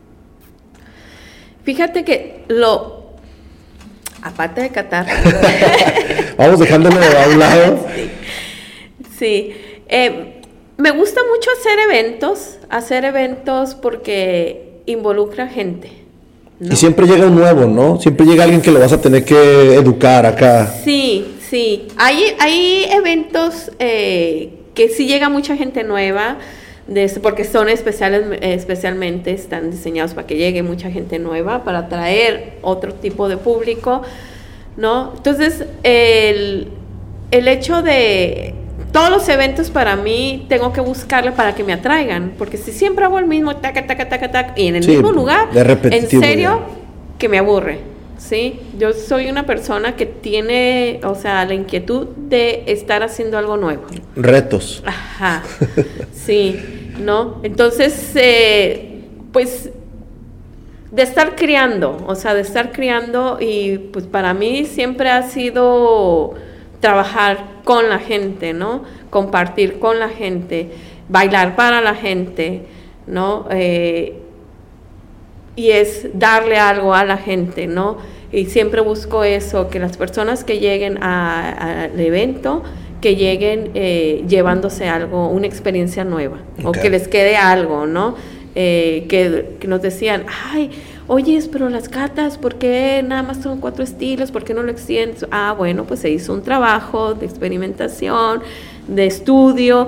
Fíjate que lo... Aparte de catar... Vamos dejándolo a un lado. Sí, sí. Eh, me gusta mucho hacer eventos, hacer eventos porque involucra gente, ¿no? Y siempre llega un nuevo, ¿no? Siempre llega alguien que lo vas a tener que educar acá. Sí, sí. Hay, hay eventos eh, que sí llega mucha gente nueva, de, porque son especiales, especialmente, están diseñados para que llegue mucha gente nueva, para atraer otro tipo de público, ¿no? Entonces, el, el hecho de... Todos los eventos para mí tengo que buscarle para que me atraigan, porque si siempre hago el mismo taca, taca, taca, taca, y en el sí, mismo lugar, en serio, ya. que me aburre, ¿sí? Yo soy una persona que tiene, o sea, la inquietud de estar haciendo algo nuevo. Retos. Ajá, sí, ¿no? Entonces, eh, pues, de estar criando, o sea, de estar criando, y pues para mí siempre ha sido... trabajar con la gente, ¿no? Compartir con la gente, bailar para la gente, ¿no? Eh, y es darle algo a la gente, ¿no? Y siempre busco eso, que las personas que lleguen al evento, que lleguen eh, llevándose algo, una experiencia nueva, okay. o que les quede algo, ¿no? Eh, que, que nos decían, ay, oye, pero las catas, ¿por qué nada más son cuatro estilos? ¿Por qué no lo extiendes? Ah, bueno, pues se hizo un trabajo de experimentación, de estudio,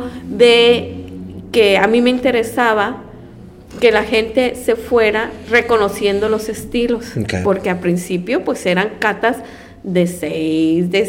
de que a mí me interesaba que la gente se fuera reconociendo los estilos, okay. Porque al principio pues eran catas de seis, de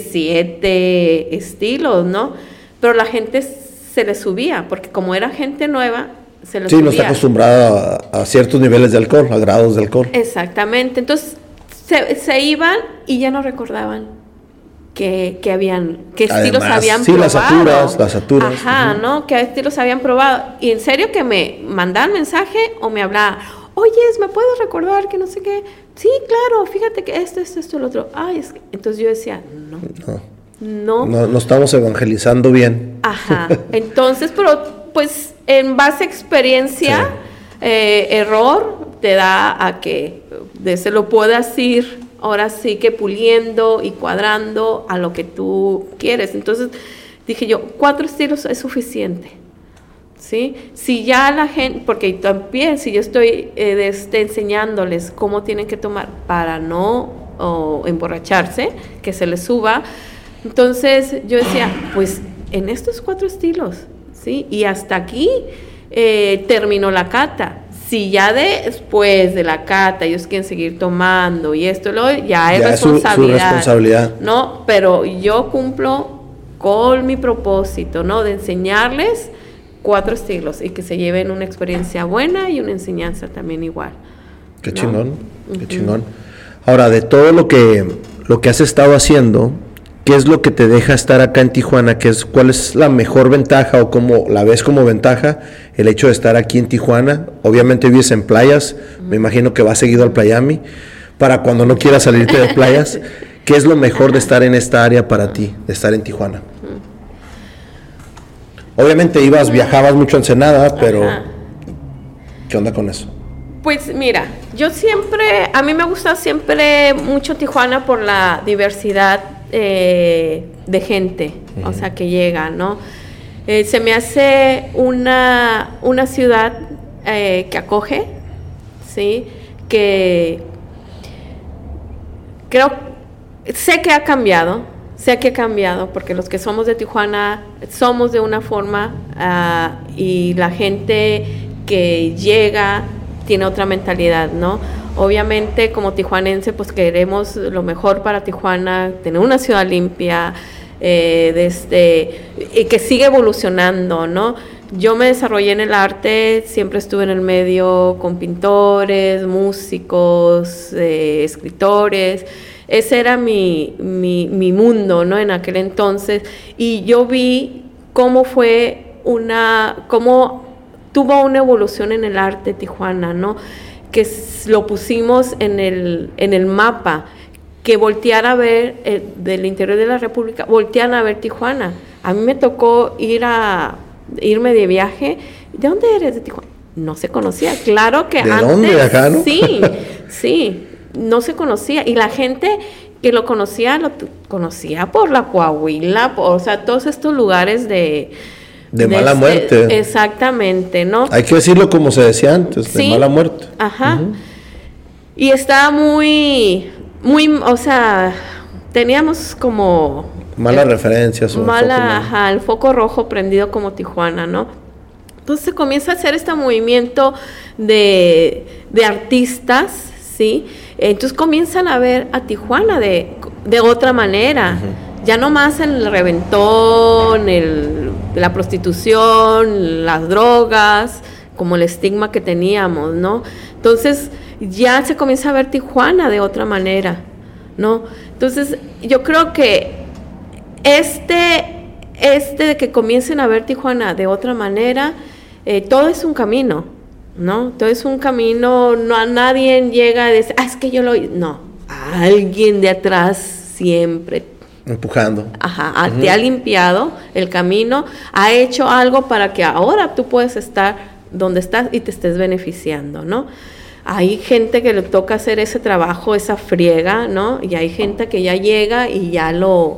siete estilos, ¿no? Pero la gente se le subía, porque como era gente nueva, se le sí, subía. Sí, no está acostumbrada a, a ciertos niveles de alcohol, a grados de alcohol. Exactamente, entonces se, se iban y ya no recordaban que, que habían, qué estilos Además, habían sí, probado. las saturas, las saturas. Ajá, uh-huh. ¿no? ¿Qué estilos habían probado? Y en serio que me mandaban mensaje o me hablaban, oye, ¿me puedes recordar que no sé qué? Sí, claro, fíjate que esto, esto, esto, lo otro. Ay, es que... Entonces yo decía, no, no, no. No, no estamos evangelizando bien. Ajá, entonces, pero pues en base a experiencia, sí. eh, error, te da a que de, se lo puedas ir ahora sí que puliendo y cuadrando a lo que tú quieres. Entonces dije yo, cuatro estilos es suficiente, ¿sí? Si ya la gente, porque también si yo estoy eh, de este, enseñándoles cómo tienen que tomar para no oh, emborracharse, que se les suba, entonces yo decía, pues en estos cuatro estilos, ¿sí? Y hasta aquí eh, terminó la cata. Si ya después de la cata ellos quieren seguir tomando y esto lo ya es ya responsabilidad, su, su responsabilidad, no, pero yo cumplo con mi propósito, ¿no? De enseñarles cuatro estilos y que se lleven una experiencia buena y una enseñanza también igual. Qué ¿no? chingón, qué Uh-huh. chingón. Ahora, de todo lo que lo que has estado haciendo, ¿qué es lo que te deja estar acá en Tijuana? ¿Qué es, ¿Cuál es la mejor ventaja o cómo la ves como ventaja el hecho de estar aquí en Tijuana? Obviamente vives en playas, uh-huh. Me imagino que vas seguido al Playami. Para cuando no quieras salirte de playas, ¿qué es lo mejor de estar en esta área para ti, de estar en Tijuana? Uh-huh. Obviamente ibas, viajabas mucho a Ensenada, pero uh-huh. ¿Qué onda con eso? Pues mira, yo siempre, a mí me gusta siempre mucho Tijuana por la diversidad Eh, de gente, uh-huh. O sea, que llega, ¿no? Eh, se me hace una, una ciudad eh, que acoge, ¿sí? Que creo, sé que ha cambiado, sé que ha cambiado, porque los que somos de Tijuana somos de una forma uh, y la gente que llega tiene otra mentalidad, ¿no? Obviamente como tijuanense pues queremos lo mejor para Tijuana, tener una ciudad limpia, eh, desde, y que sigue evolucionando, ¿no? Yo me desarrollé en el arte, siempre estuve en el medio con pintores, músicos, eh, escritores, ese era mi, mi, mi mundo, ¿no? En aquel entonces, y yo vi cómo fue una, cómo tuvo una evolución en el arte Tijuana, ¿no? Que lo pusimos en el, en el mapa, que voltear a ver eh, del interior de la República, voltean a ver Tijuana. A mí me tocó ir a irme de viaje. ¿De dónde eres? De Tijuana. No se conocía. Claro que ¿De antes. dónde? ¿Acá, no? Sí, sí, no se conocía. Y la gente que lo conocía, lo t- conocía por la Coahuila, por, o sea, todos estos lugares de... De, de mala muerte. Este, exactamente, ¿no? Hay que decirlo como se decía antes, sí, de mala muerte. Ajá. Uh-huh. Y estaba muy, muy, o sea, teníamos como... Malas eh, referencias. Mala, foco, ajá, el foco rojo prendido como Tijuana, ¿no? Entonces se comienza a hacer este movimiento de, de artistas, ¿sí? Entonces comienzan a ver a Tijuana de, de otra manera. Uh-huh. Ya no más el reventón, el, la prostitución, las drogas, como el estigma que teníamos, ¿no? Entonces ya se comienza a ver Tijuana de otra manera, ¿no? Entonces yo creo que este, este de que comiencen a ver Tijuana de otra manera, eh, todo es un camino, ¿no? Todo es un camino, no a nadie llega a decir, ah, es que yo lo... No, a alguien de atrás siempre empujando. Ajá, uh-huh. Te ha limpiado el camino, ha hecho algo para que ahora tú puedas estar donde estás y te estés beneficiando, ¿no? Hay gente que le toca hacer ese trabajo, esa friega, ¿no? Y hay gente que ya llega y ya lo,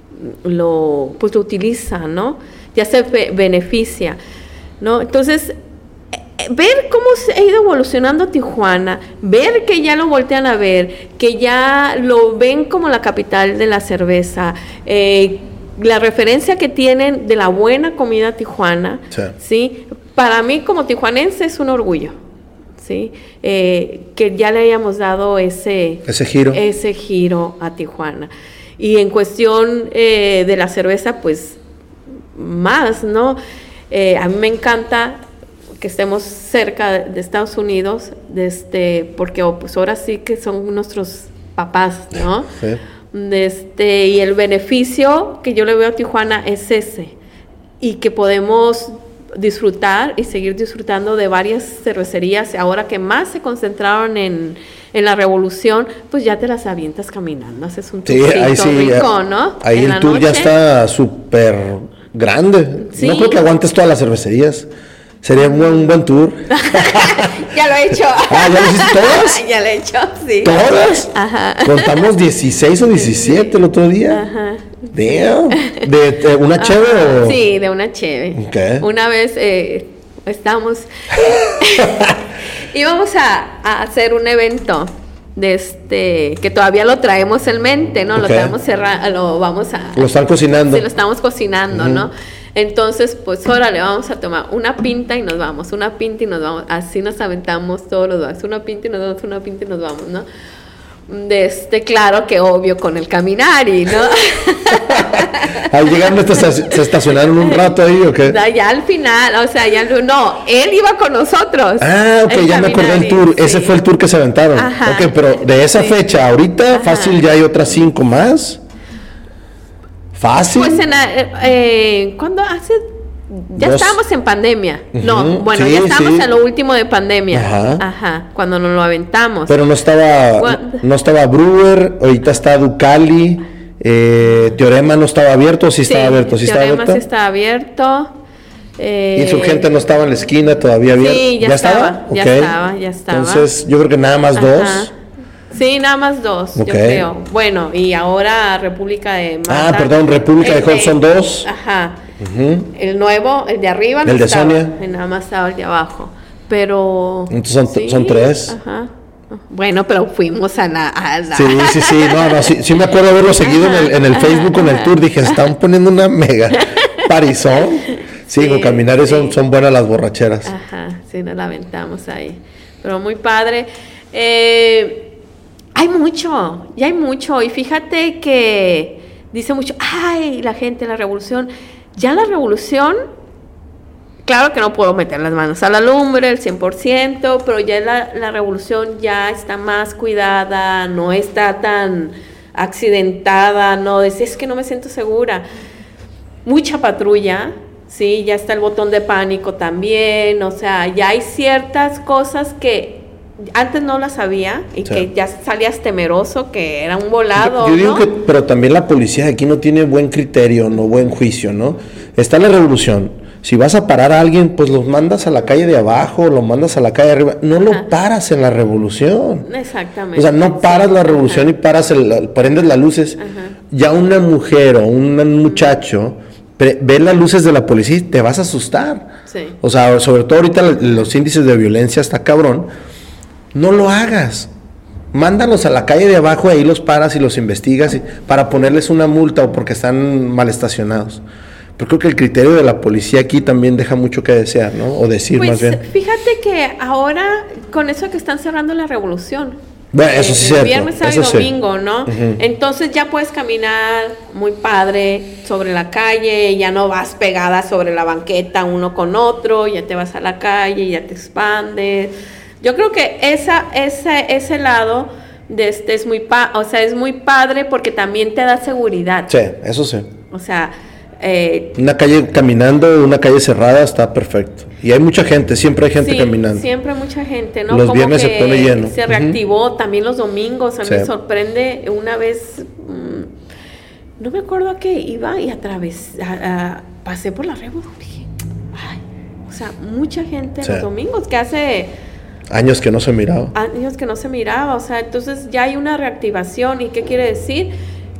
lo pues lo utiliza, ¿no? Ya se be- beneficia, ¿no? Entonces, ver cómo se ha ido evolucionando Tijuana, ver que ya lo voltean a ver, que ya lo ven como la capital de la cerveza, eh, la referencia que tienen de la buena comida tijuana, sí. ¿sí? Para mí como tijuanense es un orgullo, ¿sí? Eh, que ya le hayamos dado ese, ese giro, ese giro a Tijuana. Y en cuestión eh, de la cerveza, pues más, ¿no? Eh, a mí me encanta que estemos cerca de, de Estados Unidos, de este, porque oh, pues ahora sí que son nuestros papás, ¿no? Sí. De este, y el beneficio que yo le veo a Tijuana es ese, y que podemos disfrutar y seguir disfrutando de varias cervecerías, ahora que más se concentraron en, en la Revolución, pues ya te las avientas caminando, haces un sí, ahí sí, rico, ¿no? Ahí en el tour noche. Ya está súper grande, sí. No creo que aguantes todas las cervecerías. Sería un buen, un buen tour. Ya lo he hecho. Ah, ¿ya lo hiciste todas? Ya lo he hecho, sí. ¿Todas? Ajá. Contamos dieciséis o diecisiete el otro día. Ajá. Damn. ¿De, de una cheve o...? Sí, de una cheve. Okay. Una vez eh, estamos... íbamos a, a hacer un evento de este que todavía lo traemos en mente, ¿no? Okay. Lo traemos cerrado, lo vamos a... Lo están cocinando. Sí, lo estamos cocinando, uh-huh. ¿no? Entonces, pues, órale, vamos a tomar una pinta y nos vamos, una pinta y nos vamos. Así nos aventamos todos los días, una pinta y nos vamos, una pinta y nos vamos, ¿no? De este, claro que obvio con el caminar y, ¿no? Al llegando se estacionaron un rato ahí, ¿o qué? Ya al final, o sea, ya no, él iba con nosotros. Ah, ok, ya me acordé del tour, sí. Ese fue el tour que se aventaron. Ajá. Ok, pero de esa sí. fecha, ahorita, ajá. Fácil ya hay otras cinco más. Fácil. Pues en la, eh, ¿cuándo hace? Ya Dos. Estábamos en pandemia. Uh-huh. No, bueno, sí, ya estábamos sí. En lo último de pandemia. Ajá. Ajá, cuando nos lo aventamos. Pero no estaba, ¿Cuándo? No estaba Brewer, ahorita está Ducali, eh, Teorema no estaba abierto, sí estaba sí, abierto, sí estaba abierto. Teorema sí estaba abierto. Eh, Insurgente no estaba en la esquina todavía abierto. Sí, ya, ¿Ya estaba, estaba? ya okay. estaba, ya estaba. Entonces, yo creo que nada más Ajá. dos. Sí, nada más dos, okay. Yo creo. Bueno, y ahora República de Malta. Ah, perdón, República de Hudson dos. Ajá. Uh-huh. El nuevo, el de arriba no el de estaba, Sonia. Nada más estaba el de abajo. Pero... Entonces son, sí, son tres. Ajá. Bueno, pero fuimos a la... A la... Sí, sí, sí, no, no, sí, sí me acuerdo haberlo seguido ajá, en el, en el Facebook con el tour. Dije, están poniendo una mega parizón. Sí, sí, con caminar sí. son, son buenas las borracheras. Ajá, sí, nos la aventamos ahí. Pero muy padre. Eh... Hay mucho, ya hay mucho. Y fíjate que dice mucho, ay, la gente, la revolución. Ya la revolución, claro que no puedo meter las manos a la lumbre, el cien por ciento, pero ya la, la revolución ya está más cuidada, no está tan accidentada, no, es, es que no me siento segura. Mucha patrulla, sí, ya está el botón de pánico también, o sea, ya hay ciertas cosas que... Antes no las sabía y sí. Que ya salías temeroso, que era un volado. Yo, yo digo ¿no? que, pero también la policía de aquí no tiene buen criterio, no buen juicio, ¿no? Está la revolución. Si vas a parar a alguien, pues los mandas a la calle de abajo, lo mandas a la calle de arriba. No Ajá. Lo paras en la revolución. Exactamente. O sea, no paras sí. La revolución Ajá. Y paras, el, prendes las luces. Ajá. Ya una mujer o un muchacho pre, ve las luces de la policía y te vas a asustar. Sí. O sea, sobre todo ahorita los índices de violencia está cabrón. No lo hagas. Mándalos a la calle de abajo, ahí los paras y los investigas y, para ponerles una multa o porque están mal estacionados. Pero creo que el criterio de la policía aquí también deja mucho que desear, ¿no? O decir pues, más bien. Fíjate que ahora, con eso que están cerrando la revolución. Bueno, eso sí es cierto. Viernes, sábado y domingo, sí. ¿no? Uh-huh. Entonces ya puedes caminar muy padre sobre la calle, ya no vas pegada sobre la banqueta uno con otro, ya te vas a la calle, ya te expandes. Yo creo que esa, ese, ese lado de este es muy pa, o sea, es muy padre porque también te da seguridad. Sí, eso sí. O sea, eh, una calle caminando, una calle cerrada está perfecto. Y hay mucha gente, siempre hay gente sí, caminando. Siempre hay mucha gente, ¿no? Los Como viernes que se pone lleno. Se reactivó uh-huh. También los domingos. A mí sí. Me sorprende una vez, mmm, no me acuerdo a qué iba y atravesé, a, a, pasé por la revolución. Dije, ay, o sea, mucha gente sí. Los domingos que hace años que no se miraba. Años que no se miraba, o sea, entonces ya hay una reactivación. ¿Y qué quiere decir?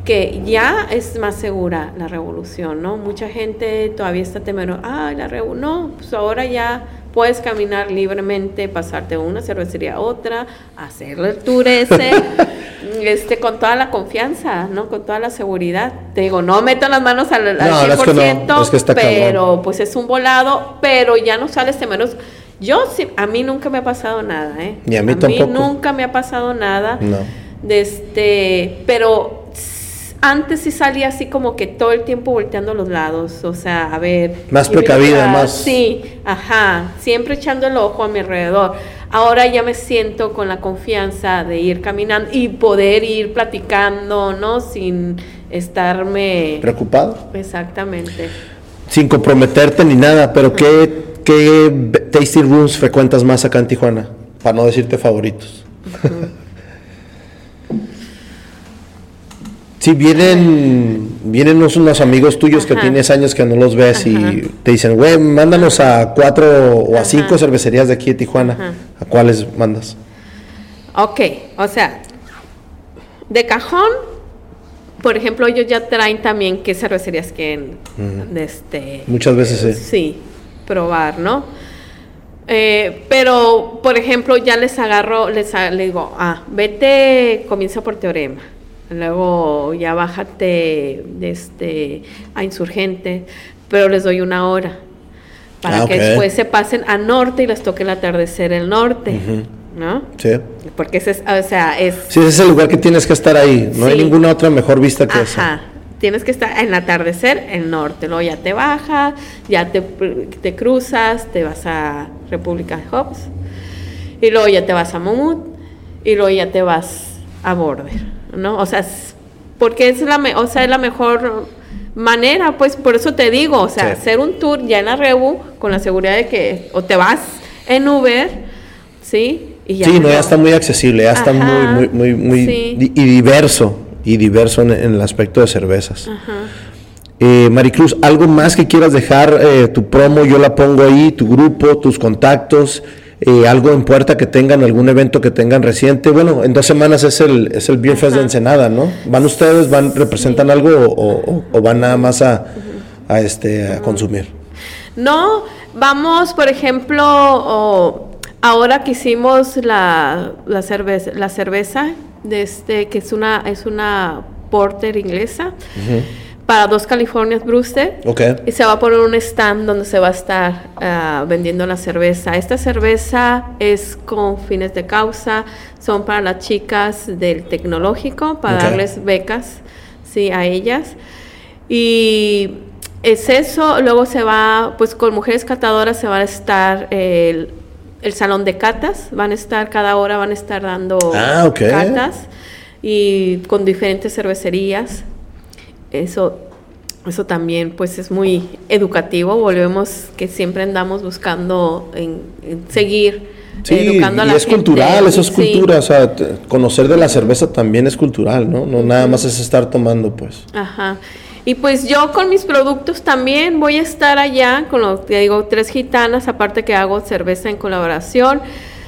que ya es más segura la Revolución, ¿no? Mucha gente todavía está temerosa, ah, la Revolución, no, pues ahora ya puedes caminar libremente, pasarte de una cervecería a otra, hacer el tour ese, este, con toda la confianza, ¿no? Con toda la seguridad. Te digo, no meto las manos al, al no, cien por ciento, es que no, es que está pero cabrón. Pues es un volado, pero ya no sales temeroso. Yo, sí, a mí nunca me ha pasado nada, ¿eh? Ni a mí a tampoco. mí nunca me ha pasado nada. No. De este, pero antes sí salía así como que todo el tiempo volteando a los lados, o sea, a ver. Más precavida, más. Sí, ajá, siempre echando el ojo a mi alrededor. Ahora ya me siento con la confianza de ir caminando y poder ir platicando, ¿no? Sin estarme... ¿Preocupado? Exactamente. Sin comprometerte ni nada, pero ¿qué, qué tasting rooms frecuentas más acá en Tijuana? Para no decirte favoritos. Uh-huh. Sí, vienen, vienen unos, unos amigos tuyos Ajá. que tienes años que no los ves Ajá. y te dicen, güey, mándanos a cuatro o a Ajá. cinco cervecerías de aquí de Tijuana. Ajá. ¿A cuáles mandas? Ok, o sea, de cajón, por ejemplo, ellos ya traen también qué cervecerías quieren, uh-huh. de este, muchas veces eh, sí. Sí, probar, ¿no? Eh, pero, por ejemplo, ya les agarro, les, les digo, ah, vete, comienza por Teorema. Luego ya bájate de este, a Insurgente, pero les doy una hora para ah, okay. que después se pasen a norte y les toque el atardecer el norte, uh-huh. ¿no? Sí. Porque ese es, o sea, es... Sí, ese es el lugar que tienes que estar ahí, no sí. hay ninguna otra mejor vista que Ajá. esa. Tienes que estar en el atardecer, el norte, luego ya te bajas, ya te, te cruzas, te vas a República de Hobbs, y luego ya te vas a Monmouth, y luego ya te vas a Border. ¿No? O sea, porque es la, me, o sea, es la mejor manera, pues, por eso te digo, o sea, sí. hacer un tour ya en la Rebu con la seguridad de que o te vas en Uber, ¿sí? Y ya sí, no, ya está muy accesible, ya Ajá, está muy, muy, muy, muy sí. di- y diverso, y diverso en, en el aspecto de cervezas. Ajá. Eh, Maricruz, ¿algo más que quieras dejar? Eh, tu promo, yo la pongo ahí, tu grupo, tus contactos. Eh, algo en puerta que tengan, algún evento que tengan reciente. Bueno, en dos semanas es el es el Beer Fest de Ensenada, ¿no? ¿Van ustedes, van representan sí. algo o, o, o van nada más a, uh-huh. a este a uh-huh. consumir? No, vamos, por ejemplo, oh, ahora que hicimos la, la cerveza, la cerveza de este que es una es una porter inglesa. Uh-huh. Para dos Californias Brewster, okay. y se va a poner un stand donde se va a estar uh, vendiendo la cerveza. Esta cerveza es con fines de causa, son para las chicas del tecnológico, para okay. darles becas, sí, a ellas. Y es eso, luego se va, pues con mujeres catadoras se va a estar el, el salón de catas, van a estar, cada hora van a estar dando ah, okay. catas, y con diferentes cervecerías. Eso, eso también pues es muy educativo, volvemos que siempre andamos buscando en, en seguir sí, educando a la y es gente. cultural, eso es sí. cultura, o sea, t- conocer de la cerveza también es cultural, ¿no? No uh-huh. nada más es estar tomando, pues. Ajá. Y pues yo con mis productos también voy a estar allá, con lo que digo, Tres Gitanas, aparte que hago cerveza en colaboración,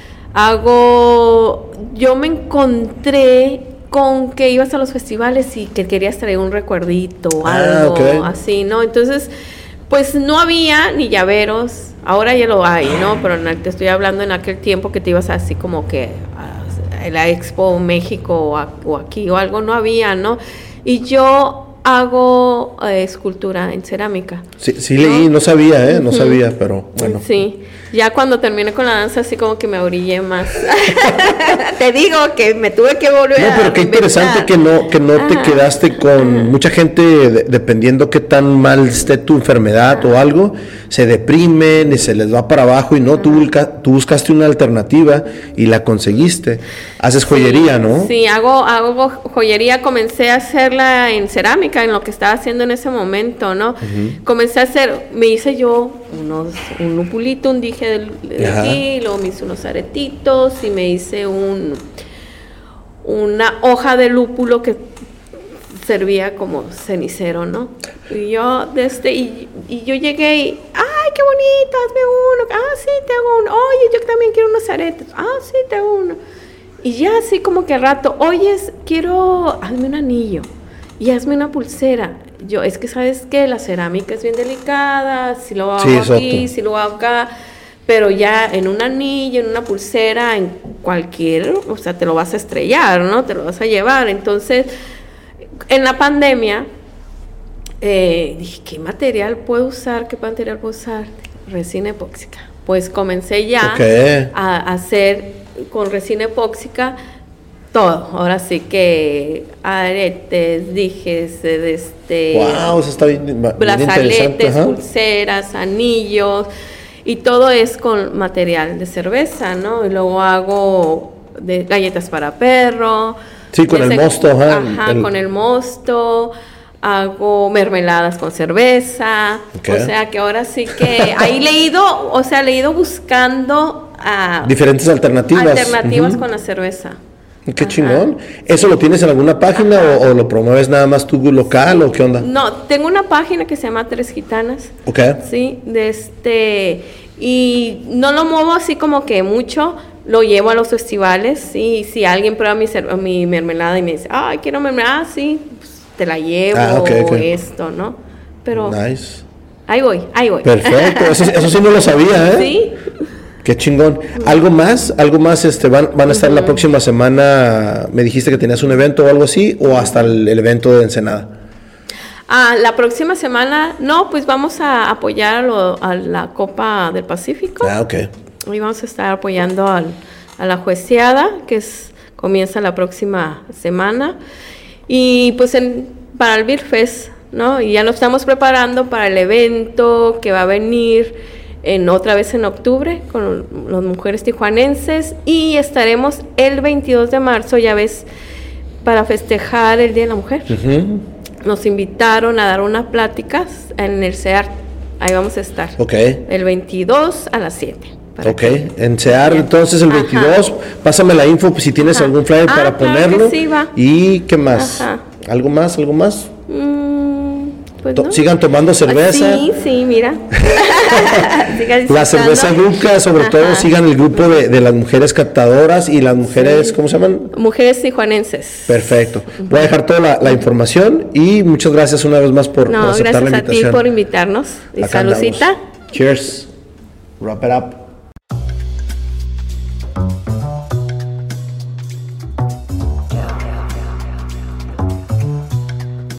hago, yo me encontré con que ibas a los festivales y que querías traer un recuerdito o ah, algo okay. así, ¿no? Entonces, pues no había ni llaveros, ahora ya lo hay, ¿no? Pero en el, te estoy hablando en aquel tiempo que te ibas así como que a, a la Expo México o, a, o aquí o algo, no había, ¿no? Y yo hago eh, escultura en cerámica. Sí, sí ¿no? leí, no sabía, ¿eh? No uh-huh. sabía, pero bueno. Sí. Ya cuando terminé con la danza, así como que me orillé más. Te digo que me tuve que volver a... No, pero qué interesante que no que no te quedaste con mucha gente, de, dependiendo qué tan mal esté tu enfermedad Ajá. o algo, se deprimen y se les va para abajo y no, tú, busca, tú buscaste una alternativa y la conseguiste. Haces joyería, sí, ¿no? Sí, hago, hago joyería, comencé a hacerla en cerámica, en lo que estaba haciendo en ese momento, ¿no? Uh-huh. Comencé a hacer, me hice yo unos, un lupulito, un dije de, de aquí, luego me hice unos aretitos y me hice un una hoja de lúpulo que servía como cenicero, ¿no? Y yo desde y, y yo llegué y ay, qué bonito, hazme uno. Ah, sí, te hago uno. Oye, yo también quiero unos aretes. Ah, sí, te hago uno. Y ya así como que al rato, oyes, quiero, hazme un anillo. y hazme una pulsera. Yo, es que sabes que la cerámica es bien delicada, si lo hago Sí, aquí, exacto. si lo hago acá, pero ya en un anillo, en una pulsera, en cualquier, o sea, te lo vas a estrellar, ¿no? Te lo vas a llevar. Entonces, en la pandemia, eh, dije, ¿qué material puedo usar? ¿Qué material puedo usar? Resina epóxica. Pues comencé ya Ok. a, a hacer con resina epóxica todo. Ahora sí que aretes, dijes, este, Wow, eso está bien, bien interesante. brazaletes, Ajá. pulseras, anillos, y todo es con material de cerveza, ¿no? Y luego hago de galletas para perro. Sí, con de el sec- mosto, ajá, Ajá, el- con el mosto. Hago mermeladas con cerveza. Ok. O sea que ahora sí que ahí le he ido, o sea, le he ido buscando a Diferentes alternativas. alternativas Ujú. con la cerveza. Qué Ajá. chingón. ¿Eso lo tienes en alguna página o, o lo promueves nada más tú local o qué onda? No, tengo una página que se llama Tres Gitanas. Ok. Sí, de este, y no lo muevo así como que mucho, lo llevo a los festivales, sí, si alguien prueba mi, cer- mi mermelada y me dice, ay, quiero mermelada, sí, pues, te la llevo, Ah, ok, ok. esto, ¿no? Pero Nice. ahí voy, ahí voy. Perfecto. Eso, eso sí no lo sabía, ¿eh? Sí, Qué chingón. ¿Algo más? ¿Algo más este van, van a estar la próxima semana? ¿Me dijiste que tenías un evento o algo así? ¿O hasta el, el evento de Ensenada? ah, la próxima semana, no, pues vamos a apoyar a, lo- a la Copa del Pacífico. Ah, ok. Hoy vamos a estar apoyando al- a la jueceada, que es, comienza la próxima semana. Y pues en, para el Beer Fest, ¿no? Y ya nos estamos preparando para el evento que va a venir en otra vez en octubre con las mujeres tijuanenses. Y estaremos el veintidós de marzo, ya ves, para festejar el Día de la Mujer. Ujú. Nos invitaron a dar unas pláticas en el C E A R. Ahí vamos a estar. Ok. El veintidós a las siete. para Ok, que- en SEAR entonces el Ajá. veintidós, pásame la info pues, si tienes Ajá. algún flyer Ah, para claro que ponerlo. sí, va. ¿Y qué más? Ajá. ¿Algo más? ¿Algo más? Mm, pues To- no. Sigan tomando cerveza. Sí, sí, mira. Sigan La cerveza disfrutando. Ruca, sobre todo Ajá. sigan el grupo de, de las mujeres captadoras y las mujeres, ¿cómo se llaman? Mujeres tijuanenses. Perfecto. Voy a dejar toda la, la información y muchas gracias una vez más por, por No, aceptar gracias la a ti invitación. por invitarnos. Y Acá andamos. saludcita. Cheers. Wrap it up.